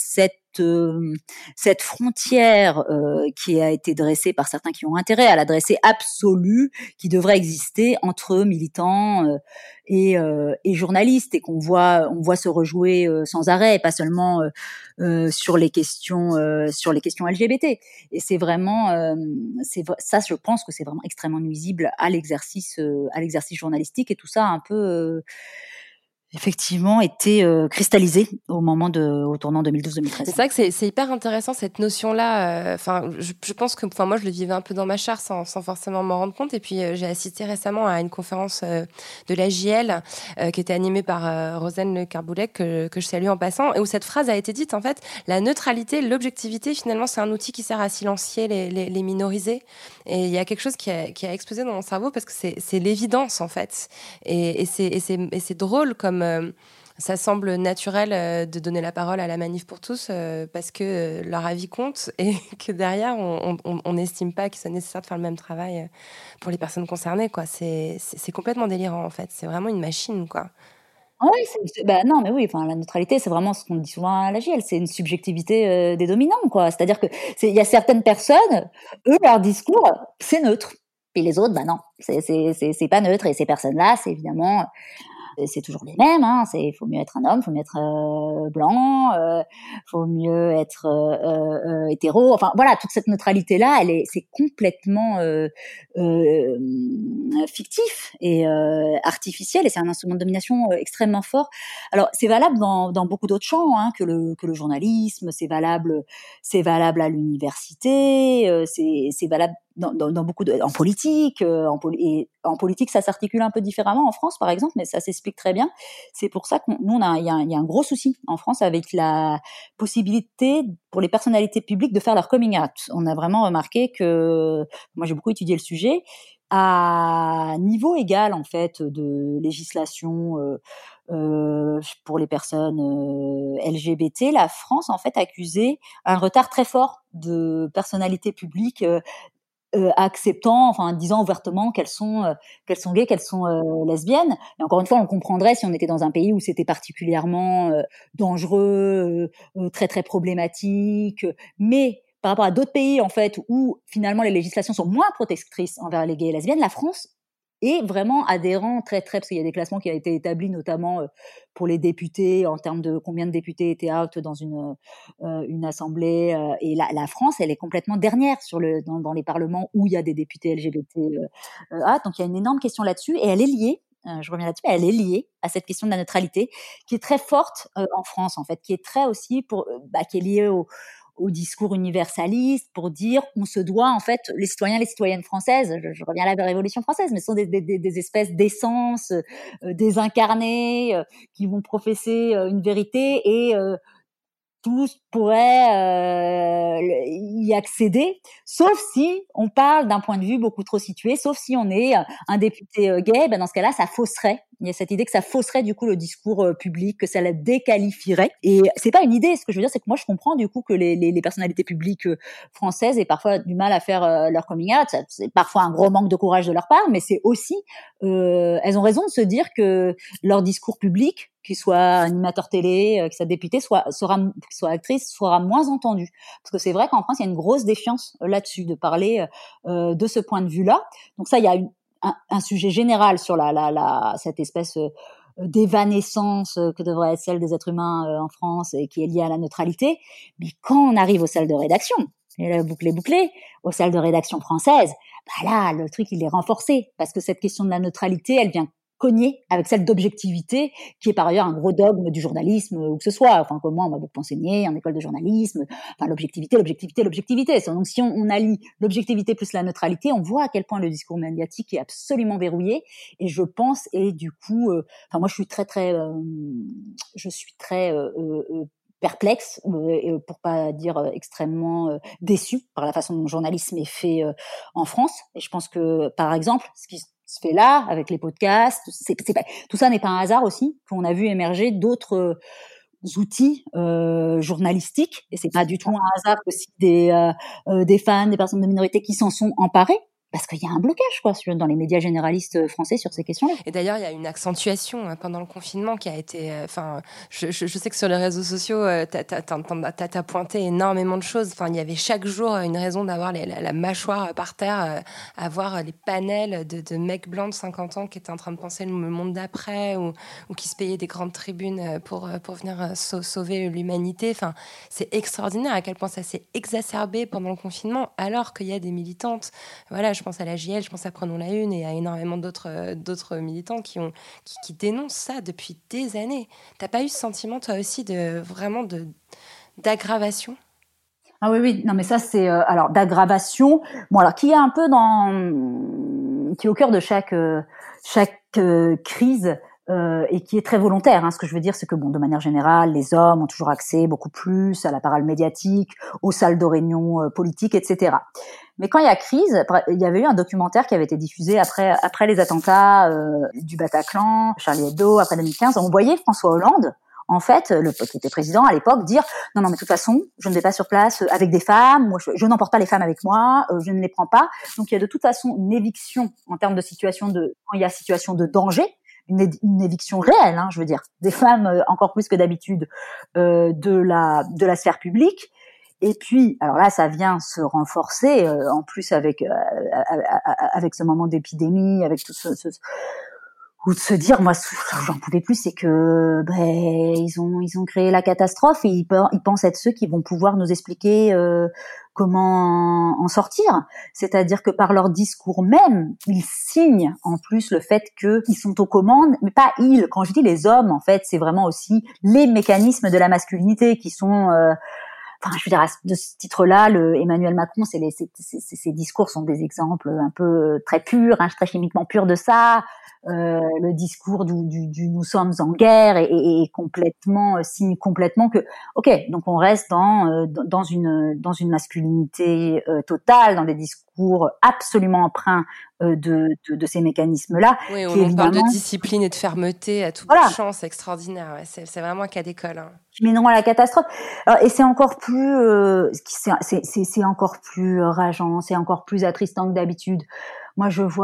cette frontière qui a été dressée par certains qui ont intérêt à la dresser absolue, qui devrait exister entre militants et journalistes, et on voit se rejouer sans arrêt, pas seulement sur les questions LGBT. Et c'est vraiment ça, je pense que c'est vraiment extrêmement nuisible à l'exercice journalistique, et tout ça a un peu effectivement été cristallisé au tournant 2012-2013. C'est vrai que c'est hyper intéressant cette notion-là. Je pense que moi je le vivais un peu dans ma chair sans forcément m'en rendre compte. Et puis j'ai assisté récemment à une conférence de l'AJL qui était animée par Rosane Le Carboulet que je salue en passant, et où cette phrase a été dite, en fait, la neutralité, l'objectivité, finalement c'est un outil qui sert à silencier les minorisés. Et il y a quelque chose qui a explosé dans mon cerveau, parce que c'est l'évidence en fait. Et c'est drôle comme ça semble naturel de donner la parole à la Manif pour tous parce que leur avis compte, et que derrière on n'estime pas qu'il soit nécessaire de faire le même travail pour les personnes concernées, quoi. C'est complètement délirant en fait. C'est vraiment une machine, quoi. Oui, non, mais oui, la neutralité, c'est vraiment ce qu'on dit souvent à l'AJL, c'est une subjectivité des dominants, quoi. C'est-à-dire que il y a certaines personnes, eux, leur discours, c'est neutre. Et les autres, non, c'est pas neutre. Et ces personnes-là, c'est évidemment, c'est toujours les mêmes, il faut mieux être un homme, faut mieux être blanc, faut mieux être hétéro. Enfin voilà, toute cette neutralité là, c'est complètement fictif et artificiel, et c'est un instrument de domination extrêmement fort. Alors c'est valable dans beaucoup d'autres champs que le journalisme, c'est valable à l'université, c'est valable dans beaucoup en politique, et en politique ça s'articule un peu différemment en France par exemple, mais ça s'explique très bien. C'est pour ça que nous il y a un gros souci en France avec la possibilité pour les personnalités publiques de faire leur coming out. On a vraiment remarqué que, moi j'ai beaucoup étudié le sujet, à niveau égal en fait de législation pour les personnes LGBT, la France en fait accusait un retard très fort de personnalités publiques acceptant, disant ouvertement qu'elles sont gays, qu'elles sont lesbiennes. Et encore une fois, on comprendrait si on était dans un pays où c'était particulièrement dangereux, très très problématique. Mais par rapport à d'autres pays en fait où finalement les législations sont moins protectrices envers les gays et lesbiennes, la France est vraiment adhérent très très, parce qu'il y a des classements qui ont été établis notamment pour les députés en termes de combien de députés étaient out dans une assemblée, et la France elle est complètement dernière dans les parlements où il y a des députés LGBT out. Donc il y a une énorme question là-dessus, et elle est liée je reviens là-dessus, mais elle est liée à cette question de la neutralité, qui est très forte en France, en fait, qui est très aussi qui est liée au discours universaliste pour dire on se doit, en fait, les citoyens, les citoyennes françaises, je reviens à la Révolution française, mais ce sont des espèces d'essence désincarnées qui vont professer une vérité et tous pourraient y accéder, sauf si on parle d'un point de vue beaucoup trop situé, sauf si on est un député gay, dans ce cas-là, ça fausserait. Il y a cette idée que ça fausserait du coup le discours public, que ça la déqualifierait. Et c'est pas une idée. Ce que je veux dire, c'est que moi, je comprends du coup que les personnalités publiques françaises aient parfois du mal à faire leur coming out. C'est parfois un gros manque de courage de leur part, mais c'est aussi, elles ont raison de se dire que leur discours public, qu'il soit animateur télé, qu'il soit député, qu'il soit actrice, sera moins entendu. Parce que c'est vrai qu'en France, il y a une grosse défiance là-dessus, de parler de ce point de vue-là. Donc ça, il y a un sujet général sur cette espèce d'évanescence que devrait être celle des êtres humains en France et qui est liée à la neutralité. Mais quand on arrive aux salles de rédaction, et là, bouclé, aux salles de rédaction françaises, là, le truc, il est renforcé. Parce que cette question de la neutralité, elle vient cogner avec celle d'objectivité, qui est par ailleurs un gros dogme du journalisme, ou que ce soit. Enfin, comme moi, on m'a beaucoup enseigné en école de journalisme. Enfin, l'objectivité. Donc, si on allie l'objectivité plus la neutralité, on voit à quel point le discours médiatique est absolument verrouillé. Et je pense, et du coup, moi, je suis très perplexe, pour pas dire extrêmement déçue par la façon dont le journalisme est fait en France. Et je pense que, par exemple, ce qui se fait là, avec les podcasts, tout ça n'est pas un hasard aussi, qu'on a vu émerger d'autres outils journalistiques, et c'est pas du tout un hasard aussi des fans, des personnes de minorité qui s'en sont emparées. Parce qu'il y a un blocage, quoi, dans les médias généralistes français sur ces questions-là. Et d'ailleurs, il y a une accentuation pendant le confinement qui a été... je sais que sur les réseaux sociaux, t'as pointé énormément de choses. Enfin, il y avait chaque jour une raison d'avoir la mâchoire par terre, à voir les panels de mecs blancs de 50 ans qui étaient en train de penser le monde d'après ou qui se payaient des grandes tribunes pour venir sauver l'humanité. Enfin, c'est extraordinaire à quel point ça s'est exacerbé pendant le confinement, alors qu'il y a des militantes... Voilà, je pense à la JL, je pense à Prenons la Une et à énormément d'autres militants qui dénoncent ça depuis des années. T'as pas eu ce sentiment, toi aussi, d'aggravation ? Ah oui, non mais ça c'est alors d'aggravation. Bon alors qui est un peu qui est au cœur de chaque crise. Et qui est très volontaire. Ce que je veux dire, c'est que de manière générale, les hommes ont toujours accès beaucoup plus à la parole médiatique, aux salles de réunion politiques, etc. Mais quand il y a crise, il y avait eu un documentaire qui avait été diffusé après les attentats du Bataclan, Charlie Hebdo, après 2015. On voyait François Hollande, en fait, qui était président à l'époque, dire non, mais de toute façon, je ne vais pas sur place avec des femmes, moi, je n'emporte pas les femmes avec moi, je ne les prends pas. Donc il y a de toute façon une éviction en termes de quand il y a situation de danger. Une éviction réelle, je veux dire, des femmes encore plus que d'habitude de la sphère publique. Et puis, alors là, ça vient se renforcer en plus avec ce moment d'épidémie, avec tout ou de se dire, moi, j'en pouvais plus, c'est que ils ont créé la catastrophe et ils pensent être ceux qui vont pouvoir nous expliquer comment en sortir. C'est-à-dire que par leur discours même, ils signent en plus le fait qu'ils sont aux commandes, mais pas ils. Quand je dis les hommes, en fait, c'est vraiment aussi les mécanismes de la masculinité qui sont... je veux dire, de ce titre-là, Emmanuel Macron, ses discours sont des exemples un peu très purs, très chimiquement purs de ça. Le discours du nous sommes en guerre et complètement signe complètement que donc on reste dans une masculinité totale, dans des discours absolument empreints de ces mécanismes-là. Oui, on parle de discipline et de fermeté à toute chance, c'est extraordinaire. Ouais, c'est vraiment un cas d'école. Qui mèneront à la catastrophe. Et c'est encore plus, c'est encore plus rageant, c'est encore plus attristant que d'habitude. Moi, je vois,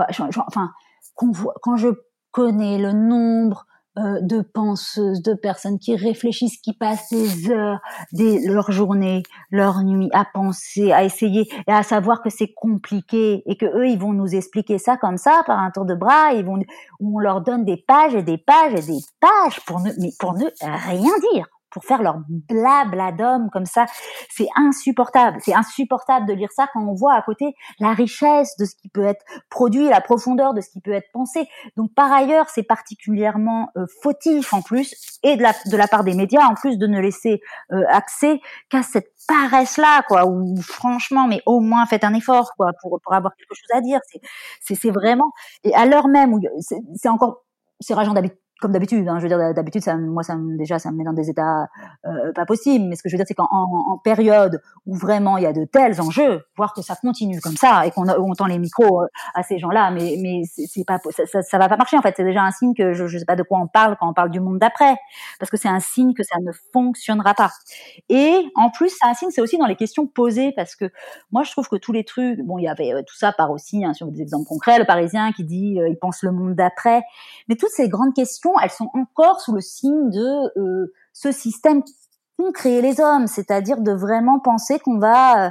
quand je connais le nombre de penseuses, de personnes qui réfléchissent, qui passent des heures, leur journée, leur nuit à penser, à essayer et à savoir que c'est compliqué et que eux ils vont nous expliquer ça comme ça par un tour de bras, où on leur donne des pages et des pages et des pages pour ne rien dire. pour faire leur blabla d'hommes comme ça. C'est insupportable. C'est insupportable de lire ça quand on voit à côté la richesse de ce qui peut être produit, la profondeur de ce qui peut être pensé. Donc par ailleurs, c'est particulièrement fautif en plus, et de la part des médias en plus, de ne laisser accès qu'à cette paresse-là, quoi. Où franchement, mais au moins faites un effort, quoi, pour avoir quelque chose à dire. C'est vraiment, et à l'heure même où c'est encore, c'est rageant comme d'habitude, hein. Je veux dire, d'habitude, ça me met dans des états pas possibles. Mais ce que je veux dire, c'est qu'en période où vraiment il y a de tels enjeux, voir que ça continue comme ça et on tend les micros à ces gens-là, mais c'est pas, ça va pas marcher en fait. C'est déjà un signe que je sais pas de quoi on parle quand on parle du monde d'après, parce que c'est un signe que ça ne fonctionnera pas. Et en plus, c'est un signe, c'est aussi dans les questions posées, parce que moi je trouve que tous les trucs, bon, il y avait tout ça part aussi, hein, sur des exemples concrets, le Parisien qui dit il pense le monde d'après, mais toutes ces grandes questions, elles sont encore sous le signe de ce système qu'ont créé les hommes, c'est-à-dire de vraiment penser qu'on va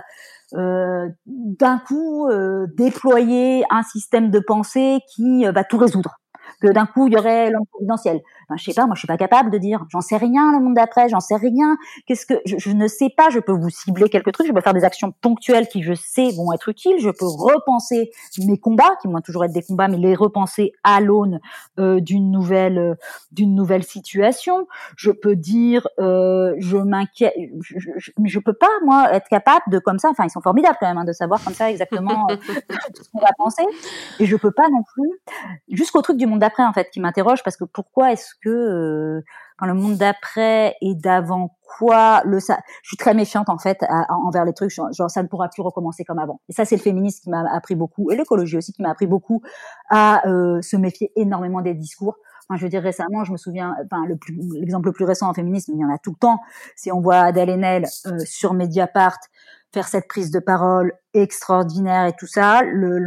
d'un coup déployer un système de pensée qui va tout résoudre, que d'un coup il y aurait l'homme providentiel. Ben, je sais pas, moi je suis pas capable de dire, j'en sais rien le monde d'après, j'en sais rien. Qu'est-ce que je ne sais pas. Je peux vous cibler quelques trucs, je peux faire des actions ponctuelles qui je sais vont être utiles. Je peux repenser mes combats qui vont toujours être des combats, mais les repenser à l'aune d'une nouvelle situation. Je peux dire, je m'inquiète, mais je peux pas moi être capable de comme ça. Enfin, ils sont formidables quand même, hein, de savoir comme ça exactement tout ce qu'on va penser. Et je peux pas non plus jusqu'au truc du monde d'après en fait qui m'interroge, parce que pourquoi est-ce que quand le monde d'après et d'avant quoi je suis très méfiante en fait envers les trucs genre ça ne pourra plus recommencer comme avant. Et ça c'est le féminisme qui m'a appris beaucoup, et l'écologie aussi qui m'a appris beaucoup à se méfier énormément des discours. Enfin, je veux dire, récemment, je me souviens, enfin, l'exemple le plus récent en féminisme, il y en a tout le temps, c'est on voit Adèle Haenel sur Mediapart faire cette prise de parole extraordinaire et tout ça,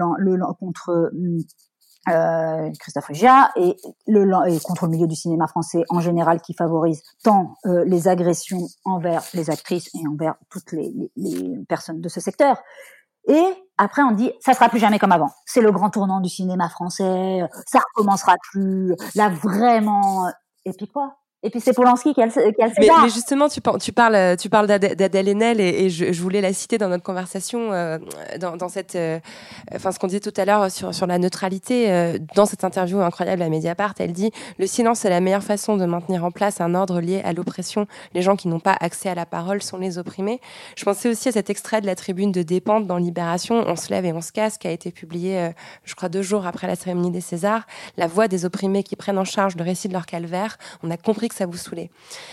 contre Christophe Ruggia et contre le milieu du cinéma français en général, qui favorise tant les agressions envers les actrices et envers toutes les personnes de ce secteur. Et après on dit ça sera plus jamais comme avant, c'est le grand tournant du cinéma français, ça recommencera plus là vraiment. Et puis quoi? Et puis c'est Polanski qui a le César. Mais justement, tu parles d'Adèle Haenel, et je voulais la citer dans notre conversation, dans cette, enfin, ce qu'on disait tout à l'heure sur la neutralité. Dans cette interview incroyable à Mediapart, elle dit: le silence est la meilleure façon de maintenir en place un ordre lié à l'oppression. Les gens qui n'ont pas accès à la parole sont les opprimés. Je pensais aussi à cet extrait de la tribune de Despentes dans Libération, On se lève et on se casse, qui a été publié, je crois 2 jours après la cérémonie des Césars. La voix des opprimés qui prennent en charge le récit de leur calvaire. On a compris que ça vous saoulait.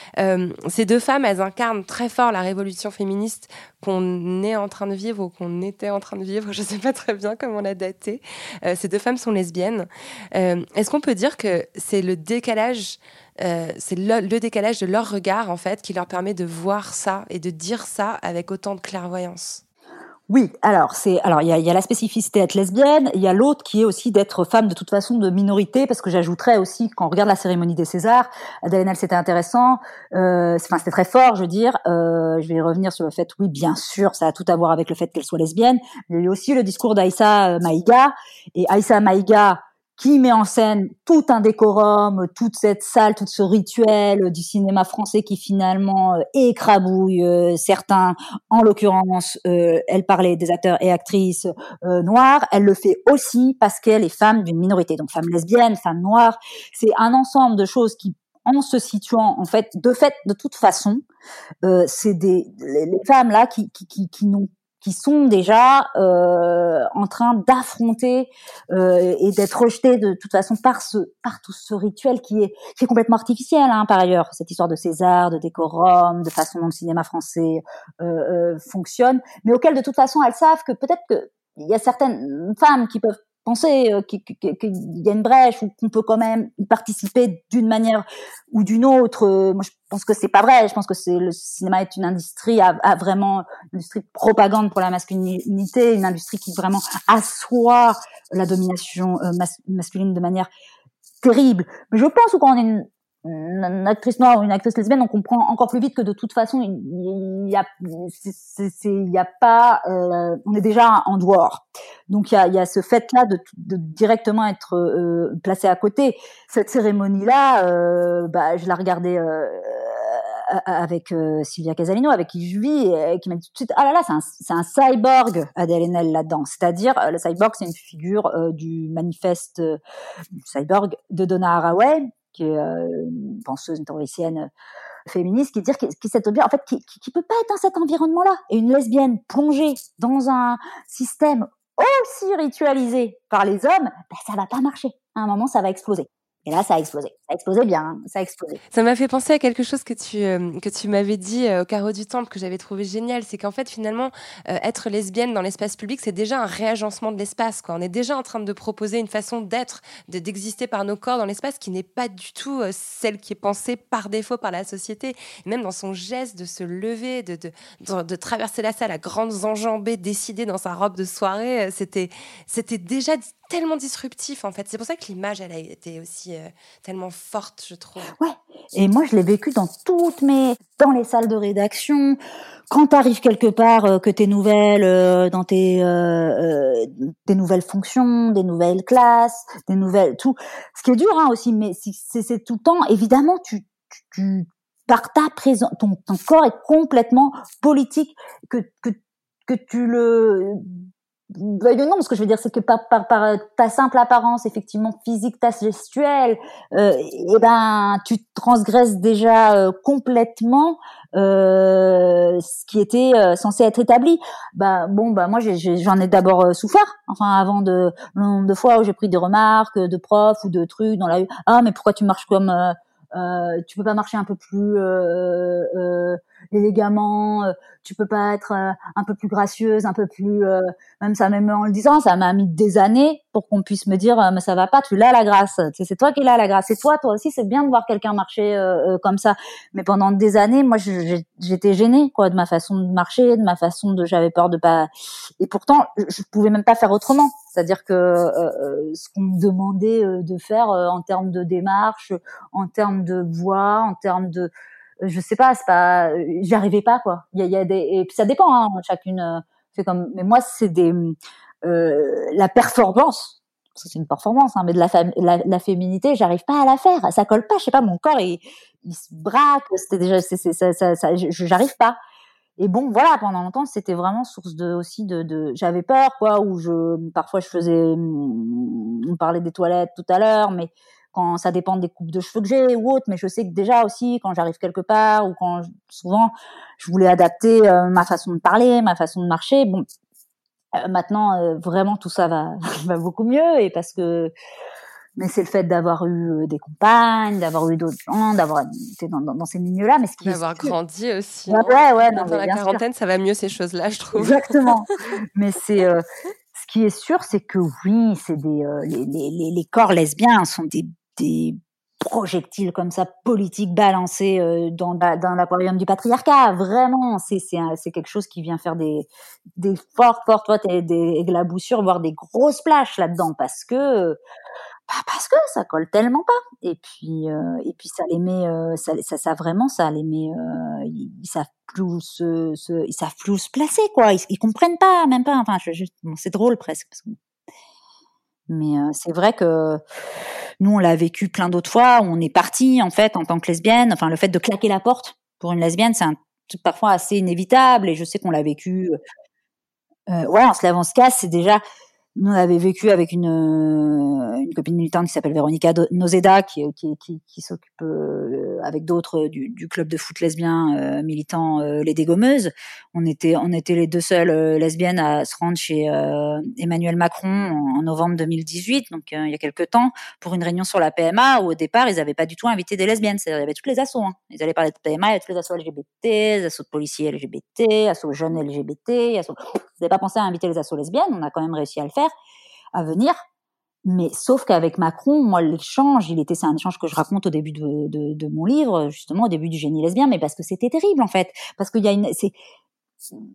Ces 2 femmes, elles incarnent très fort la révolution féministe qu'on est en train de vivre, ou qu'on était en train de vivre, je ne sais pas très bien comment la dater. Ces 2 femmes sont lesbiennes. Est-ce qu'on peut dire que c'est le décalage, le décalage de leur regard en fait, qui leur permet de voir ça et de dire ça avec autant de clairvoyance? Oui, alors il y a la spécificité d'être lesbienne, il y a l'autre qui est aussi d'être femme de toute façon de minorité, parce que j'ajouterais aussi, quand on regarde la cérémonie des Césars, Adèle Haenel, c'était intéressant, c'était très fort, je veux dire, je vais revenir sur le fait, oui, bien sûr, ça a tout à voir avec le fait qu'elle soit lesbienne, mais il y a aussi le discours d'Aïssa Maïga, et Aïssa Maïga qui met en scène tout un décorum, toute cette salle, tout ce rituel du cinéma français qui finalement écrabouille certains. En l'occurrence, elle parlait des acteurs et actrices noirs. Elle le fait aussi parce qu'elle est femme d'une minorité, donc femme lesbienne, femme noire. C'est un ensemble de choses qui, en se situant en fait, de toute façon, c'est les femmes là qui sont déjà en train d'affronter et d'être rejetées de toute façon par tout ce rituel qui est complètement artificiel, hein, par ailleurs, cette histoire de César, de décorum, de façon dont le cinéma français fonctionne, mais auquel de toute façon elles savent que peut-être que il y a certaines femmes qui peuvent penser qu'il y a une brèche, ou qu'on peut quand même y participer d'une manière ou d'une autre. Moi, je pense que c'est pas vrai. Je pense que le cinéma est une industrie, vraiment une industrie de propagande pour la masculinité, une industrie qui vraiment assoit la domination masculine de manière terrible. Mais je pense que quand on est une actrice noire ou une actrice lesbienne, on comprend encore plus vite que de toute façon, il y a pas, on est déjà en dehors. Donc il y a ce fait-là de directement être placé à côté. Cette cérémonie-là, je la regardais avec Sylvia Casalino, avec qui je vis, et qui m'a dit tout de suite, ah là là, c'est un cyborg, Adèle Haenel là-dedans. C'est-à-dire, le cyborg, c'est une figure du manifeste du cyborg de Donna Haraway, qui est une penseuse, une théoricienne féministe, qui dit qui cet objet, en fait, qui peut pas être dans cet environnement-là. Et une lesbienne plongée dans un système aussi ritualisé par les hommes, ben, ça va pas marcher. À un moment, ça va exploser. Et là, ça a explosé. Ça a explosé bien, hein. Ça a explosé. Ça m'a fait penser à quelque chose que tu m'avais dit au Carreau du Temple, que j'avais trouvé génial. C'est qu'en fait, finalement, être lesbienne dans l'espace public, c'est déjà un réagencement de l'espace, quoi. On est déjà en train de proposer une façon d'être, d'exister par nos corps dans l'espace qui n'est pas du tout celle qui est pensée par défaut par la société. Et même dans son geste de se lever, de traverser la salle à grandes enjambées, décidée dans sa robe de soirée, c'était déjà tellement disruptif, en fait. C'est pour ça que l'image, elle a été aussi tellement forte, je trouve. Ouais. Et moi, je l'ai vécu dans dans les salles de rédaction. Quand t'arrives quelque part, que tes nouvelles, dans tes nouvelles fonctions, des nouvelles classes, des nouvelles, tout. Ce qui est dur, hein, aussi, mais c'est tout le temps. Évidemment, tu par ta présence, ton corps est complètement politique, que tu le non, ce que je veux dire, c'est que par ta simple apparence, effectivement, physique, ta gestuelle, et ben, tu transgresses déjà complètement ce qui était censé être établi. Moi, j'en ai d'abord souffert. Enfin, avant le nombre de fois où j'ai pris des remarques de profs ou de trucs dans la rue. Ah, mais pourquoi tu marches comme tu peux pas marcher un peu plus élégamment, tu peux pas être un peu plus gracieuse, un peu plus même en le disant, ça m'a mis des années pour qu'on puisse me dire mais ça va pas, tu l'as la grâce, c'est toi qui l'as la grâce, c'est toi aussi, c'est bien de voir quelqu'un marcher comme ça. Mais pendant des années, moi j'étais gênée, quoi, de ma façon de marcher, de ma façon de, j'avais peur de pas, et pourtant je pouvais même pas faire autrement. C'est-à-dire que ce qu'on me demandait de faire en termes de démarche, en termes de voix, en termes de, je sais pas, c'est pas, j'y arrivais pas, quoi. Il y a des, et puis ça dépend, hein, chacune fait comme, mais moi c'est la performance, parce que c'est une performance, hein, mais de la féminité, j'arrive pas à la faire, ça colle pas, je sais pas, mon corps il se braque, c'était déjà, j'arrive pas. Et bon, voilà, pendant longtemps, c'était vraiment source j'avais peur, quoi, parfois je faisais, on parlait des toilettes tout à l'heure, mais quand ça dépend des coupes de cheveux que j'ai ou autre, mais je sais que déjà aussi, quand j'arrive quelque part, ou souvent, je voulais adapter ma façon de parler, ma façon de marcher. Bon, maintenant, vraiment, tout ça va beaucoup mieux, et mais c'est le fait d'avoir eu des compagnes, d'avoir eu d'autres gens, d'avoir été dans ces milieux-là, mais d'avoir grandi aussi. Ouais, dans la quarantaine, ça va mieux, ces choses-là, je trouve. Exactement. Mais c'est ce qui est sûr, c'est que oui, c'est les corps lesbiens sont des projectiles comme ça politiques balancés dans l'aquarium du patriarcat. Vraiment, c'est quelque chose qui vient faire des fortes des éclaboussures, voire des grosses plages là-dedans, parce que ça colle tellement pas. Et puis ça les met, ça vraiment, ça les met, ils savent plus ils savent plus se placer, quoi. Ils comprennent pas, même pas. Enfin, bon, c'est drôle presque. Mais c'est vrai que nous, on l'a vécu plein d'autres fois. On est parti, en fait, en tant que lesbienne. Enfin, le fait de claquer la porte pour une lesbienne, c'est un truc parfois assez inévitable. Et je sais qu'on l'a vécu. On se lève, on se casse. C'est déjà. Nous, on avait vécu avec une copine militante qui s'appelle Véronica Nozeda, qui s'occupe avec d'autres du club de foot lesbien militant Les Dégommeuses. On était les deux seules lesbiennes à se rendre chez Emmanuel Macron en novembre 2018, donc il y a quelques temps, pour une réunion sur la PMA où au départ ils n'avaient pas du tout invité des lesbiennes. C'est-à-dire il y avait toutes les assos. Hein. Ils allaient parler de PMA, il y avait tous les assos LGBT, les assos de policiers LGBT, assos jeunes LGBT, ils n'avaient pas pensé à inviter les assos lesbiennes. On a quand même réussi à le faire, à venir. Mais sauf qu'avec Macron, moi, l'échange, c'est un échange que je raconte au début de mon livre, justement, au début du Génie lesbien, mais parce que c'était terrible, en fait. Parce qu'il y a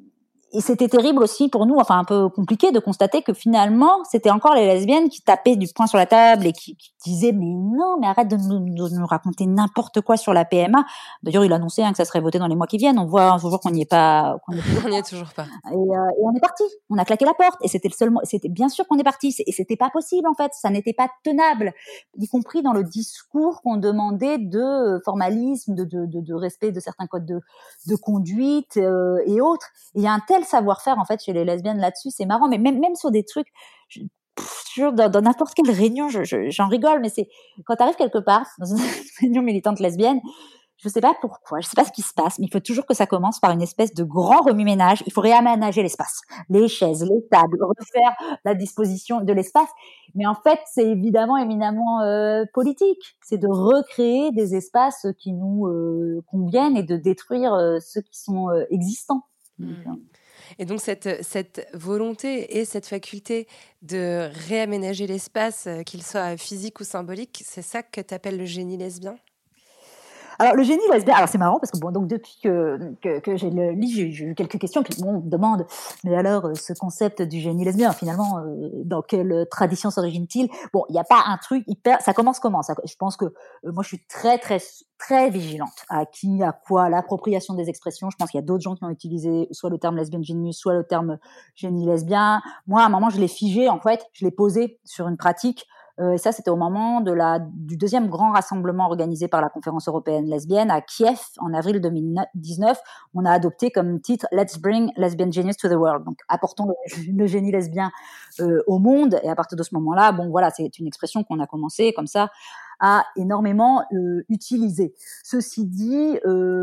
c'était terrible aussi pour nous, enfin un peu compliqué de constater que finalement c'était encore les lesbiennes qui tapaient du poing sur la table et qui disaient mais non, mais arrête de nous raconter n'importe quoi sur la PMA. D'ailleurs il annonçait que ça serait voté dans les mois qui viennent. On voit toujours qu'on n'y est pas. On n'y est toujours pas. Et on est parti. On a claqué la porte et c'était bien sûr qu'on est parti. Et c'était pas possible en fait. Ça n'était pas tenable, y compris dans le discours qu'on demandait de formalisme, de respect de certains codes de conduite et autres. Et il y a un tel savoir-faire en fait chez les lesbiennes là-dessus, c'est marrant, mais même sur des trucs, toujours dans n'importe quelle réunion, j'en rigole, mais c'est quand t'arrives quelque part dans une réunion militante lesbienne, je sais pas pourquoi, je sais pas ce qui se passe, mais il faut toujours que ça commence par une espèce de grand remue-ménage. Il faut réaménager l'espace, les chaises, les tables, refaire la disposition de l'espace. Mais en fait, c'est évidemment éminemment politique. C'est de recréer des espaces qui nous conviennent et de détruire ceux qui sont existants. Et donc cette volonté et cette faculté de réaménager l'espace, qu'il soit physique ou symbolique, c'est ça que tu appelles le génie lesbien ? Alors le génie lesbien, alors c'est marrant parce que bon, donc depuis que j'ai le livre, j'ai eu quelques questions qui me demandent mais alors ce concept du génie lesbien finalement dans quelle tradition s'origine-t-il ? Bon, il y a pas un truc hyper, ça commence comment ça, je pense que moi je suis très très très vigilante à qui, à quoi, l'appropriation des expressions. Je pense qu'il y a d'autres gens qui ont utilisé soit le terme lesbienne génie, soit le terme génie lesbien. Moi à un moment je l'ai figé en fait, je l'ai posé sur une pratique. Et ça, c'était au moment du deuxième grand rassemblement organisé par la Conférence européenne lesbienne à Kiev en avril 2019. On a adopté comme titre « Let's bring lesbian genius to the world ». Donc, apportons le génie lesbien au monde. Et à partir de ce moment-là, bon, voilà, c'est une expression qu'on a commencé comme ça à énormément utiliser. Ceci dit,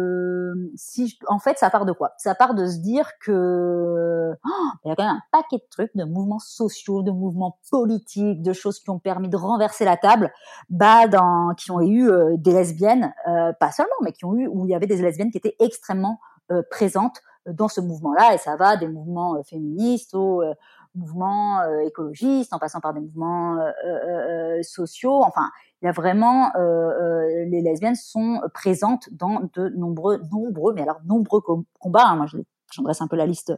en fait, ça part de quoi ? Ça part de se dire que il y a quand même un paquet de trucs, de mouvements sociaux, de mouvements politiques, de choses qui ont permis de renverser la table, qui ont eu des lesbiennes, pas seulement, mais où il y avait des lesbiennes qui étaient extrêmement présentes dans ce mouvement-là, et ça va des mouvements féministes aux mouvements écologistes, en passant par des mouvements sociaux. Enfin, il y a vraiment les lesbiennes sont présentes dans de nombreux combats. Hein. Moi, j'en dresse un peu la liste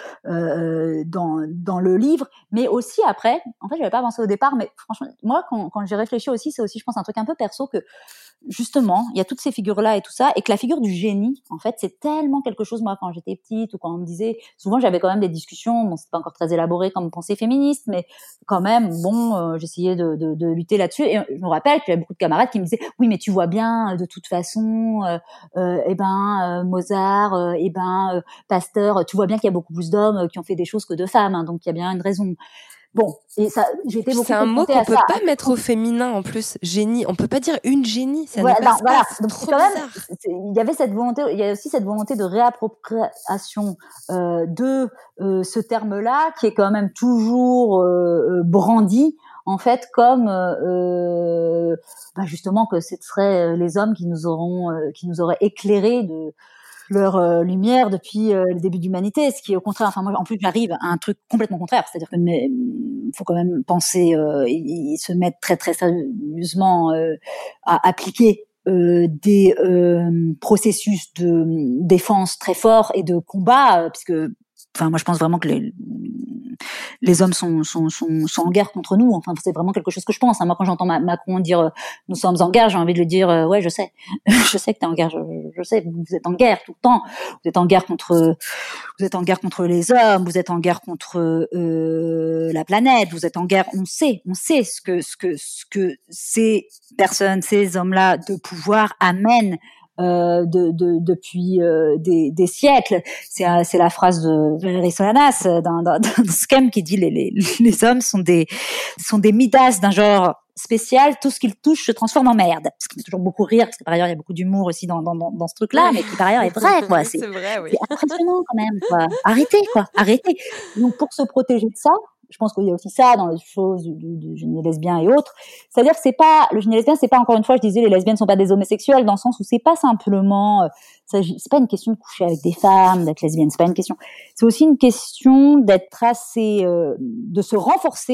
dans le livre, mais aussi après, en fait, j'avais pas pensé au départ, mais franchement, moi, quand j'ai réfléchi aussi, c'est aussi, je pense, un truc un peu perso que justement, il y a toutes ces figures-là et tout ça, et que la figure du génie, en fait, c'est tellement quelque chose, moi, quand j'étais petite, ou quand on me disait, souvent, j'avais quand même des discussions, bon, c'est pas encore très élaboré comme pensée féministe, mais quand même, bon, j'essayais de lutter là-dessus, et je me rappelle qu'il y avait beaucoup de camarades qui me disaient, oui, mais tu vois bien, de toute façon, Mozart, Pasteur, tu vois bien qu'il y a beaucoup plus d'hommes qui ont fait des choses que de femmes, hein, donc il y a bien une raison. Bon, et ça, j'ai été beaucoup c'est un mot qu'on peut pas mettre au féminin en plus. Génie, on peut pas dire une génie. Ça voilà, ne voilà. C'est donc trop c'est quand bizarre. Même, il y avait cette volonté, il y a aussi cette volonté de réappropriation de ce terme-là, qui est quand même toujours brandi en fait comme justement que ce seraient les hommes qui nous auraient éclairés de leur lumière depuis le début de l'humanité, ce qui est au contraire, enfin moi en plus j'arrive à un truc complètement contraire, c'est-à-dire que faut quand même penser et se mettre très très sérieusement à appliquer des processus de défense très forts et de combat, puisque enfin moi je pense vraiment que les hommes sont en guerre contre nous. Enfin, c'est vraiment quelque chose que je pense. Moi, quand j'entends Macron dire nous sommes en guerre, j'ai envie de lui dire ouais, je sais, je sais que t'es en guerre. Je sais, vous êtes en guerre tout le temps. Vous êtes en guerre contre les hommes. Vous êtes en guerre contre la planète. Vous êtes en guerre. On sait ce que ces personnes, ces hommes-là de pouvoir amènent. Depuis des siècles. C'est la phrase de Valérie Solanas dans Scum qui dit les hommes sont des Midas d'un genre spécial, tout ce qu'ils touchent se transforme en merde. Ce qui fait toujours beaucoup rire, parce que par ailleurs il y a beaucoup d'humour aussi dans ce truc-là, mais qui par ailleurs est vrai, quoi. C'est vrai, oui. C'est impressionnant quand même, quoi. Arrêtez. Donc pour se protéger de ça, je pense qu'il y a aussi ça dans les choses du génie lesbien et autres. C'est-à-dire que le génie lesbien, c'est pas, encore une fois, je disais, les lesbiennes sont pas des homosexuels, dans le sens où c'est pas simplement, c'est pas une question de coucher avec des femmes, d'être lesbienne, c'est pas une question. C'est aussi une question d'être assez, de se renforcer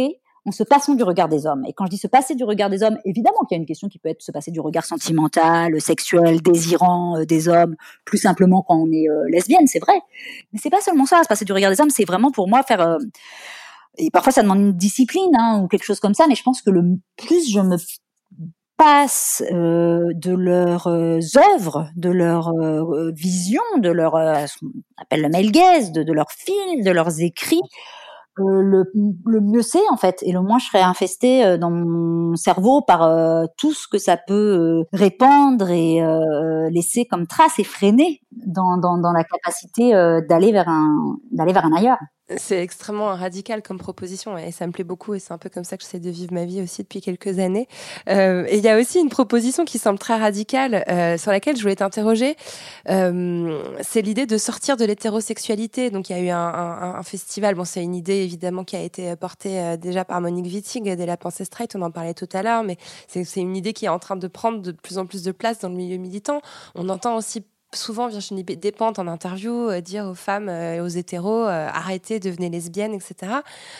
en se passant du regard des hommes. Et quand je dis se passer du regard des hommes, évidemment qu'il y a une question qui peut être se passer du regard sentimental, sexuel, désirant des hommes, plus simplement quand on est lesbienne, c'est vrai. Mais c'est pas seulement ça, se passer du regard des hommes, c'est vraiment pour moi faire... et parfois ça demande une discipline ou quelque chose comme ça, mais je pense que le plus je me passe de leurs œuvres, de leur vision, de leur ce qu'on appelle le male gaze, de leurs films, de leurs écrits, le mieux c'est en fait, et le moins je serais infestée dans mon cerveau par tout ce que ça peut répandre et laisser comme trace et freiner dans la capacité d'aller vers un ailleurs. C'est extrêmement radical comme proposition et ça me plaît beaucoup et c'est un peu comme ça que j'essaie de vivre ma vie aussi depuis quelques années. Et il y a aussi une proposition qui semble très radicale sur laquelle je voulais t'interroger. C'est l'idée de sortir de l'hétérosexualité. Donc il y a eu un festival. Bon, c'est une idée évidemment qui a été portée déjà par Monique Wittig dès La Pensée Straight. On en parlait tout à l'heure, mais c'est une idée qui est en train de prendre de plus en plus de place dans le milieu militant. On entend aussi souvent Virginie Despentes en interview dire aux femmes et aux hétéros arrêtez, devenez lesbiennes, etc.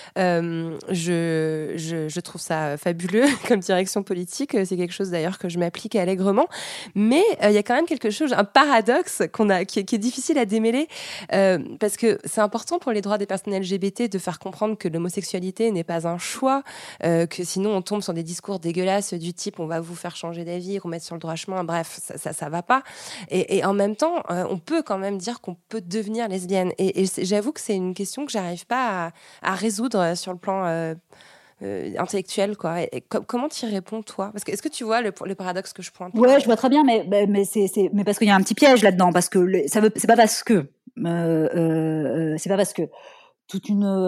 Je trouve ça fabuleux comme direction politique. C'est quelque chose d'ailleurs que je m'applique allègrement. Mais il y a quand même quelque chose, un paradoxe qui est difficile à démêler parce que c'est important pour les droits des personnes LGBT de faire comprendre que l'homosexualité n'est pas un choix, que sinon on tombe sur des discours dégueulasses du type on va vous faire changer d'avis, remettre sur le droit chemin. Bref, ça va pas. Et en même temps, on peut quand même dire qu'on peut devenir lesbienne. Et j'avoue que c'est une question que j'arrive pas à résoudre sur le plan intellectuel, quoi. Et comment tu y réponds, toi? Parce que est-ce que tu vois le paradoxe que je pointe? Ouais, je vois très bien, mais parce qu'il y a un petit piège là-dedans, parce que c'est pas parce que toute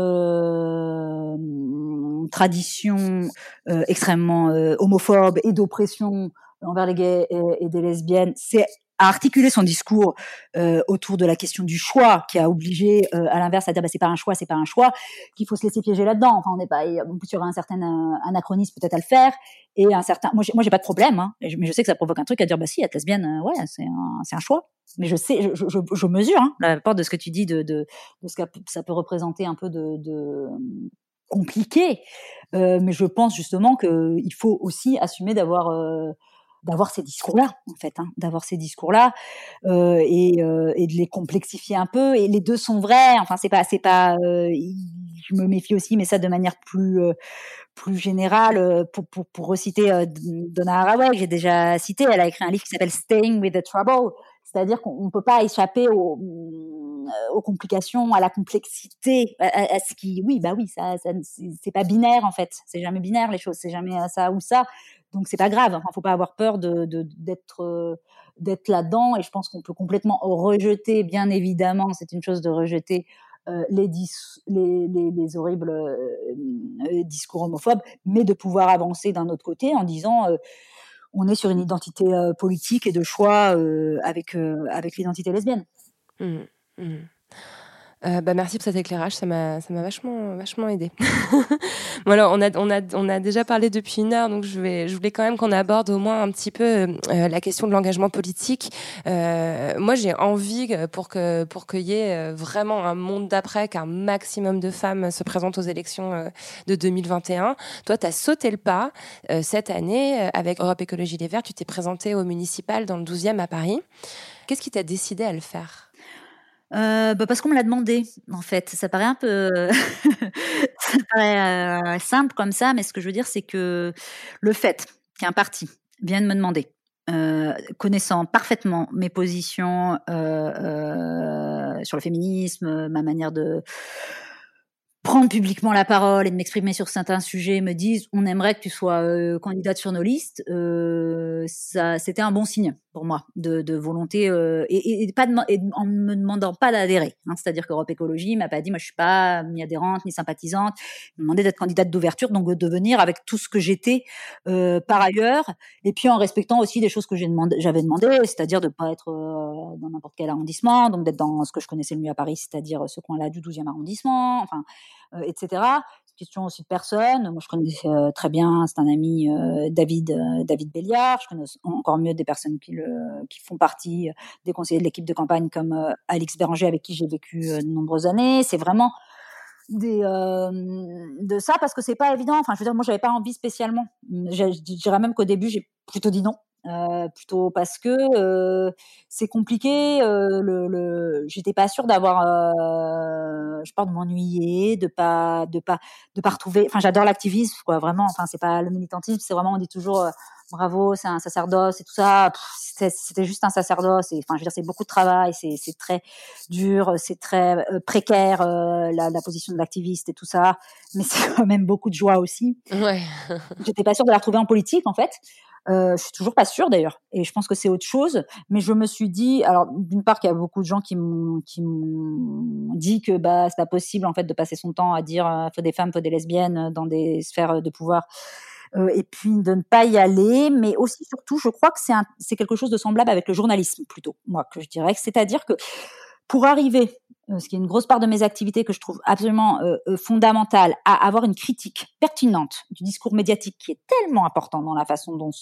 une tradition extrêmement homophobe et d'oppression envers les gays et des lesbiennes, c'est a articulé son discours autour de la question du choix, qui a obligé à l'inverse à dire c'est pas un choix, qu'il faut se laisser piéger là-dedans. Enfin, on n'est pas, on peut y aurait un certain anachronisme peut-être à le faire, et un certain, moi j'ai pas de problème, hein, mais je sais que ça provoque un truc à dire si être lesbienne, ouais, c'est un choix. Mais je sais, je mesure la part de ce que tu dis de ce que ça peut représenter un peu de compliqué, mais je pense justement que il faut aussi assumer d'avoir ces discours-là, en fait, d'avoir ces discours-là et de les complexifier un peu. Et les deux sont vrais. Enfin, c'est pas. Je me méfie aussi, mais ça de manière plus générale. Pour reciter Donna Haraway, que j'ai déjà cité, elle a écrit un livre qui s'appelle Staying with the Trouble. C'est-à-dire qu'on peut pas échapper aux complications, à la complexité, à ce qui, oui, ça c'est pas binaire en fait. C'est jamais binaire les choses. C'est jamais ça ou ça. Donc c'est pas grave. Enfin, faut pas avoir peur d'être là-dedans. Et je pense qu'on peut complètement rejeter, bien évidemment, c'est une chose de rejeter les horribles discours homophobes, mais de pouvoir avancer d'un autre côté en disant on est sur une identité politique et de choix avec l'identité lesbienne. Merci pour cet éclairage, ça m'a vachement aidé. Bon, alors on a déjà parlé depuis 1 heure, donc je voulais quand même qu'on aborde au moins un petit peu la question de l'engagement politique. Moi j'ai envie pour qu'il y ait vraiment un monde d'après, qu'un maximum de femmes se présentent aux élections de 2021. Toi tu as sauté le pas cette année avec Europe Écologie Les Verts, tu t'es présentée au municipal dans le 12e à Paris. Qu'est-ce qui t'a décidé à le faire? Parce qu'on me l'a demandé, en fait. Ça paraît un peu ça paraît simple comme ça, mais ce que je veux dire, c'est que le fait qu'un parti vienne me demander, connaissant parfaitement mes positions sur le féminisme, ma manière de prendre publiquement la parole et de m'exprimer sur certains sujets, me disent on aimerait que tu sois candidate sur nos listes, ça c'était un bon signe pour moi de volonté et en me demandant pas d'adhérer, c'est-à-dire qu'Europe Écologie m'a pas dit moi je suis pas ni adhérente ni sympathisante, il m'a demandé d'être candidate d'ouverture, donc de venir avec tout ce que j'étais par ailleurs, et puis en respectant aussi des choses que j'avais demandé, c'est-à-dire de pas être dans n'importe quel arrondissement, donc d'être dans ce que je connaissais le mieux à Paris, c'est-à-dire ce coin-là du 12e arrondissement, enfin etc. C'est une question aussi de personnes. Moi, je connais très bien, c'est un ami, David Béliard. Je connais encore mieux des personnes qui font partie des conseillers de l'équipe de campagne comme Alix Béranger, avec qui j'ai vécu de nombreuses années. C'est vraiment de ça parce que c'est pas évident. Enfin, je veux dire, moi, j'avais pas envie spécialement. Je dirais même qu'au début, j'ai plutôt dit non. Plutôt parce que c'est compliqué. J'étais pas sûre d'avoir, je sais pas, de m'ennuyer, de pas retrouver. Enfin, j'adore l'activisme, quoi, vraiment. Enfin, c'est pas le militantisme, c'est vraiment, on dit toujours bravo, c'est un sacerdoce et tout ça. C'était juste un sacerdoce. Et enfin, je veux dire, c'est beaucoup de travail, c'est très dur, c'est très précaire la position de l'activiste et tout ça. Mais c'est quand même beaucoup de joie aussi. Ouais. J'étais pas sûre de la retrouver en politique, en fait. Je suis toujours pas sûre d'ailleurs, et je pense que c'est autre chose. Mais je me suis dit, alors d'une part qu'il y a beaucoup de gens qui m'ont dit que c'est pas possible en fait de passer son temps à dire faut des femmes, faut des lesbiennes dans des sphères de pouvoir, et puis de ne pas y aller. Mais aussi surtout, je crois que c'est quelque chose de semblable avec le journalisme plutôt, moi que je dirais, c'est-à-dire que pour arriver, ce qui est une grosse part de mes activités que je trouve absolument fondamentale, à avoir une critique pertinente du discours médiatique qui est tellement important dans la façon dont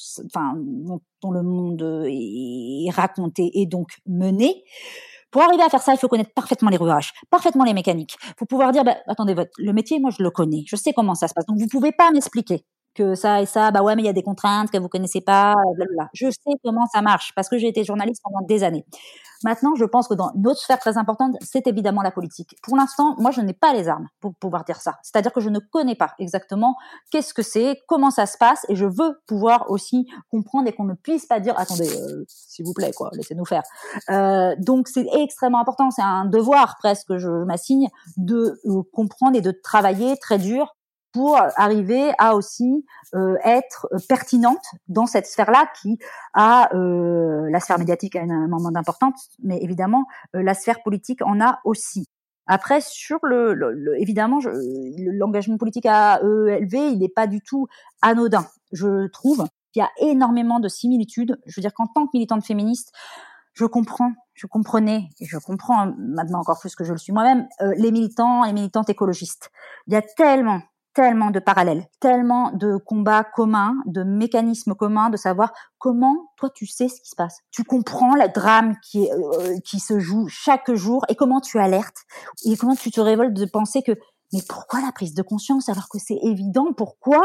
le monde est raconté et donc mené. Pour arriver à faire ça, il faut connaître parfaitement les rouages, parfaitement les mécaniques. Il faut pouvoir dire, attendez, le métier, moi, je le connais. Je sais comment ça se passe. Donc, vous pouvez pas m'expliquer que ça et ça, ouais, mais il y a des contraintes que vous connaissez pas, blablabla. Je sais comment ça marche parce que j'ai été journaliste pendant des années. Maintenant, je pense que dans une autre sphère très importante, c'est évidemment la politique. Pour l'instant, moi, je n'ai pas les armes pour pouvoir dire ça. C'est-à-dire que je ne connais pas exactement qu'est-ce que c'est, comment ça se passe, et je veux pouvoir aussi comprendre et qu'on ne puisse pas dire, attendez, s'il vous plaît, quoi, laissez-nous faire. Donc, c'est extrêmement important. C'est un devoir presque que je m'assigne de comprendre et de travailler très dur pour arriver à aussi être pertinente dans cette sphère-là qui a la sphère médiatique a énormément d'importance, mais évidemment la sphère politique en a aussi. Après, sur évidemment, l'engagement politique à EELV, il n'est pas du tout anodin. Je trouve qu'il y a énormément de similitudes. Je veux dire qu'en tant que militante féministe, je comprenais, et je comprends maintenant encore plus que je le suis moi-même, les militants et militantes écologistes. Il y a tellement de parallèles, tellement de combats communs, de mécanismes communs, de savoir comment toi tu sais ce qui se passe. Tu comprends le drame qui se joue chaque jour et comment tu alertes et comment tu te révoltes de penser que mais pourquoi la prise de conscience alors que c'est évident? Pourquoi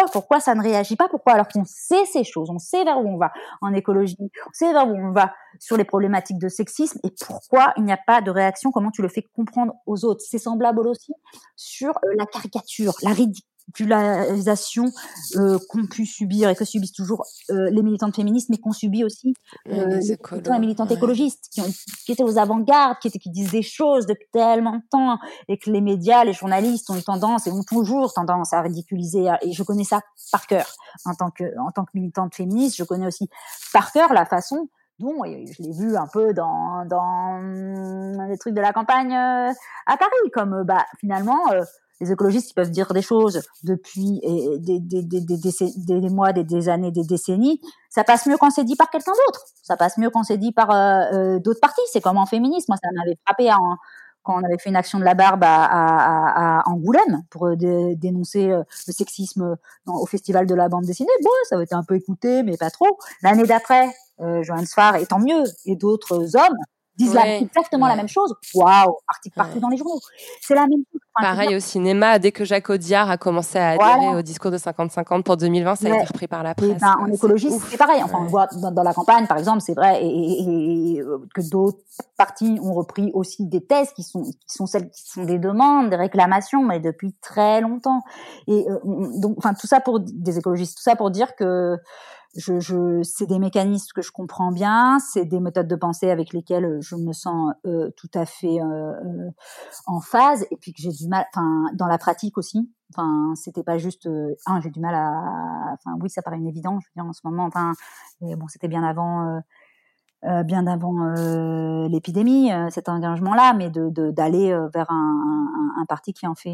ça ne réagit pas? Pourquoi alors qu'on sait ces choses, on sait vers où on va en écologie, on sait vers où on va sur les problématiques de sexisme, et pourquoi il n'y a pas de réaction? Comment tu le fais comprendre aux autres? C'est semblable aussi sur la caricature, la ridicularisation qu'ont pu subir et que subissent toujours les militantes féministes, mais qu'ont subi aussi les militants et militantes écologistes qui étaient aux avant-gardes, qui disent des choses depuis tellement de temps, et que les médias, les journalistes ont eu tendance et ont toujours tendance à ridiculiser. Et je connais ça par cœur en tant que militante féministe. Je connais aussi par cœur la façon dont, et je l'ai vu un peu dans les trucs de la campagne à Paris, comme finalement les écologistes, ils peuvent dire des choses depuis des mois, des années, des décennies. Ça passe mieux quand c'est dit par quelqu'un d'autre. Ça passe mieux quand c'est dit par d'autres partis. C'est comme en féminisme. Moi, ça m'avait frappé quand on avait fait une action de la barbe à Angoulême pour dénoncer le sexisme au festival de la bande dessinée. Bon, ça avait été un peu écouté, mais pas trop. L'année d'après, Johannes Farr, et tant mieux, et d'autres hommes disent exactement la même chose. Waouh, article partout dans les journaux. C'est la même chose. Enfin, pareil au cinéma, dès que Jacques Audiard a commencé à adhérer au discours de 50-50 pour 2020, ça a été repris par la presse. En écologie, c'est pareil. Enfin, on le voit dans la campagne, par exemple, c'est vrai, et que d'autres partis ont repris aussi des thèses qui sont celles qui sont des demandes, des réclamations, mais depuis très longtemps. Et donc, enfin, tout ça pour des écologistes, tout ça pour dire que c'est des mécanismes que je comprends bien, c'est des méthodes de pensée avec lesquelles je me sens tout à fait en phase, et puis que j'ai du mal, enfin, dans la pratique aussi. Enfin, c'était pas juste j'ai du mal enfin oui, ça paraît une évidence, je veux dire, en ce moment, enfin, mais bon, c'était bien avant l'épidémie, cet engagement-là, mais d'aller vers un parti qui en fait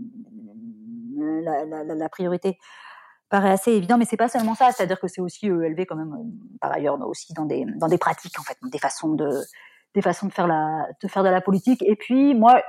la priorité paraît assez évident, mais c'est pas seulement ça, c'est-à-dire que c'est aussi élevé quand même par ailleurs aussi dans des pratiques, en fait, des façons de faire de la politique. Et puis moi,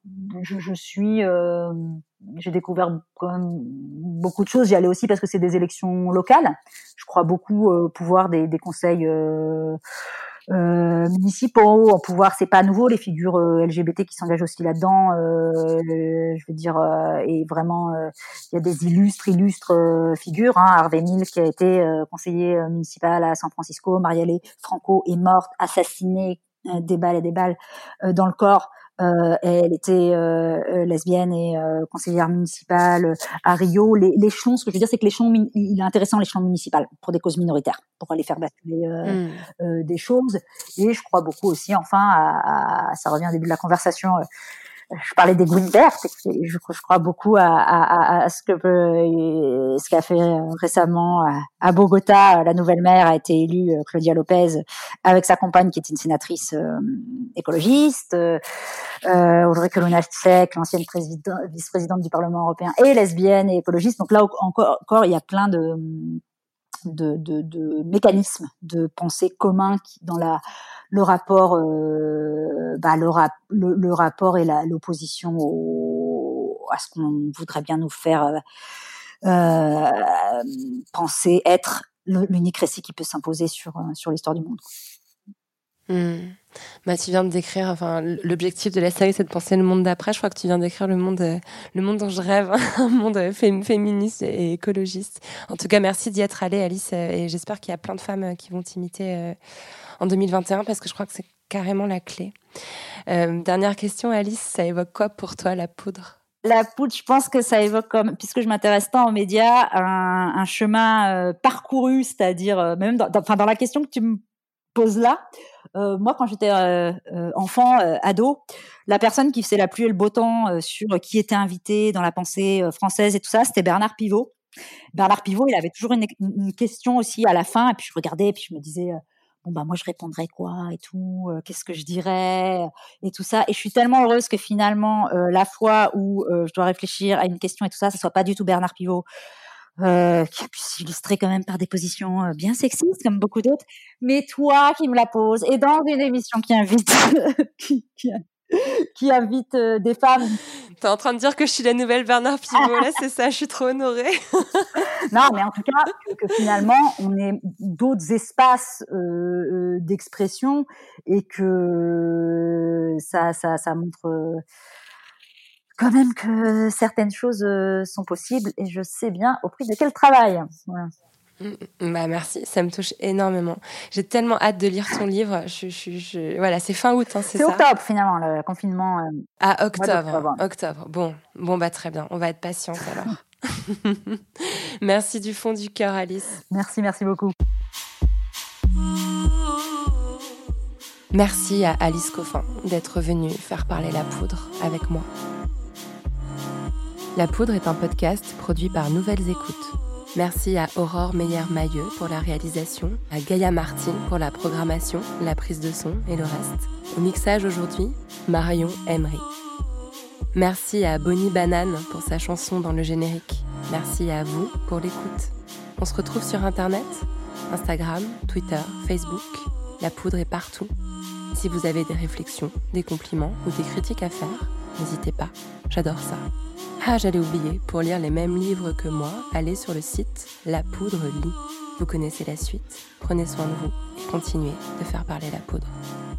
j'ai découvert quand même beaucoup de choses. J'y allais aussi parce que c'est des élections locales. Je crois beaucoup au pouvoir des conseils municipaux, au pouvoir, c'est pas nouveau, les figures LGBT qui s'engagent aussi là-dedans, je veux dire, et vraiment, il y a des illustres figures, hein. Harvey Milk qui a été conseiller municipal à San Francisco, Marielle Franco est morte, assassinée, des balles et des balles dans le corps. Elle était lesbienne et conseillère municipale à Rio. L'échelon, ce que je veux dire, c'est que l'échelon, il est intéressant, l'échelon municipal, pour des causes minoritaires, pour aller faire basculer des choses. Et je crois beaucoup aussi, enfin, ça revient au début de la conversation, je parlais des Greenberg, je crois beaucoup à ce qu'a fait récemment à Bogota. La nouvelle maire a été élue, Claudia Lopez, avec sa compagne qui est une sénatrice écologiste. Ulrike Lunacek, l'ancienne vice-présidente du Parlement européen, est lesbienne et écologiste. Donc là encore, il y a plein de mécanismes de pensée communs dans le rapport, le rapport et l'opposition à ce qu'on voudrait bien nous faire penser être l'unique récit qui peut s'imposer sur l'histoire du monde. Bah, tu viens de décrire, enfin, l'objectif de la série, c'est de penser le monde d'après. Je crois que tu viens de décrire le monde dont je rêve, un monde féministe et écologiste. En tout cas, merci d'y être allée, Alice, et j'espère qu'il y a plein de femmes qui vont t'imiter en 2021, parce que je crois que c'est carrément la clé. Dernière question, Alice, ça évoque quoi pour toi, la poudre ? La poudre, je pense que ça évoque, puisque je m'intéresse tant aux médias, un chemin parcouru, c'est-à-dire même dans la question que tu me poses là. Moi, quand j'étais enfant, ado, la personne qui faisait la pluie et le beau temps sur qui était invité dans la pensée française et tout ça, c'était Bernard Pivot. Bernard Pivot, il avait toujours une question aussi à la fin, et puis je regardais, et puis je me disais, moi je répondrais quoi et tout, qu'est-ce que je dirais et tout ça. Et je suis tellement heureuse que finalement, la fois où je dois réfléchir à une question et tout ça, ça soit pas du tout Bernard Pivot, qui a pu s'illustrer quand même par des positions bien sexistes comme beaucoup d'autres, mais toi qui me la poses, et dans une émission qui invite qui invite des femmes. T'es en train de dire que je suis la nouvelle Bernard Pivot, là, c'est ça, je suis trop honorée. Non, mais en tout cas, que finalement, on ait d'autres espaces d'expression, et que ça montre quand même que certaines choses sont possibles, et je sais bien au prix de quel travail. Voilà. Bah merci, ça me touche énormément. J'ai tellement hâte de lire ton livre. Voilà, c'est fin août, hein, c'est ça ? Octobre finalement, le confinement. Ah, octobre. Bon, bah très bien. On va être patiente alors. Merci du fond du cœur, Alice. Merci beaucoup. Merci à Alice Coffin d'être venue faire parler la poudre avec moi. La poudre est un podcast produit par Nouvelles Écoutes. Merci à Aurore Meyer-Mailleux pour la réalisation, à Gaïa Martin pour la programmation, la prise de son et le reste. Au mixage aujourd'hui, Marion Emery. Merci à Bonnie Banane pour sa chanson dans le générique. Merci à vous pour l'écoute. On se retrouve sur Internet, Instagram, Twitter, Facebook. La poudre est partout. Si vous avez des réflexions, des compliments ou des critiques à faire, n'hésitez pas. J'adore ça. Ah, j'allais oublier, pour lire les mêmes livres que moi, allez sur le site La Poudre Lit. Vous connaissez la suite. Prenez soin de vous et continuez de faire parler la poudre.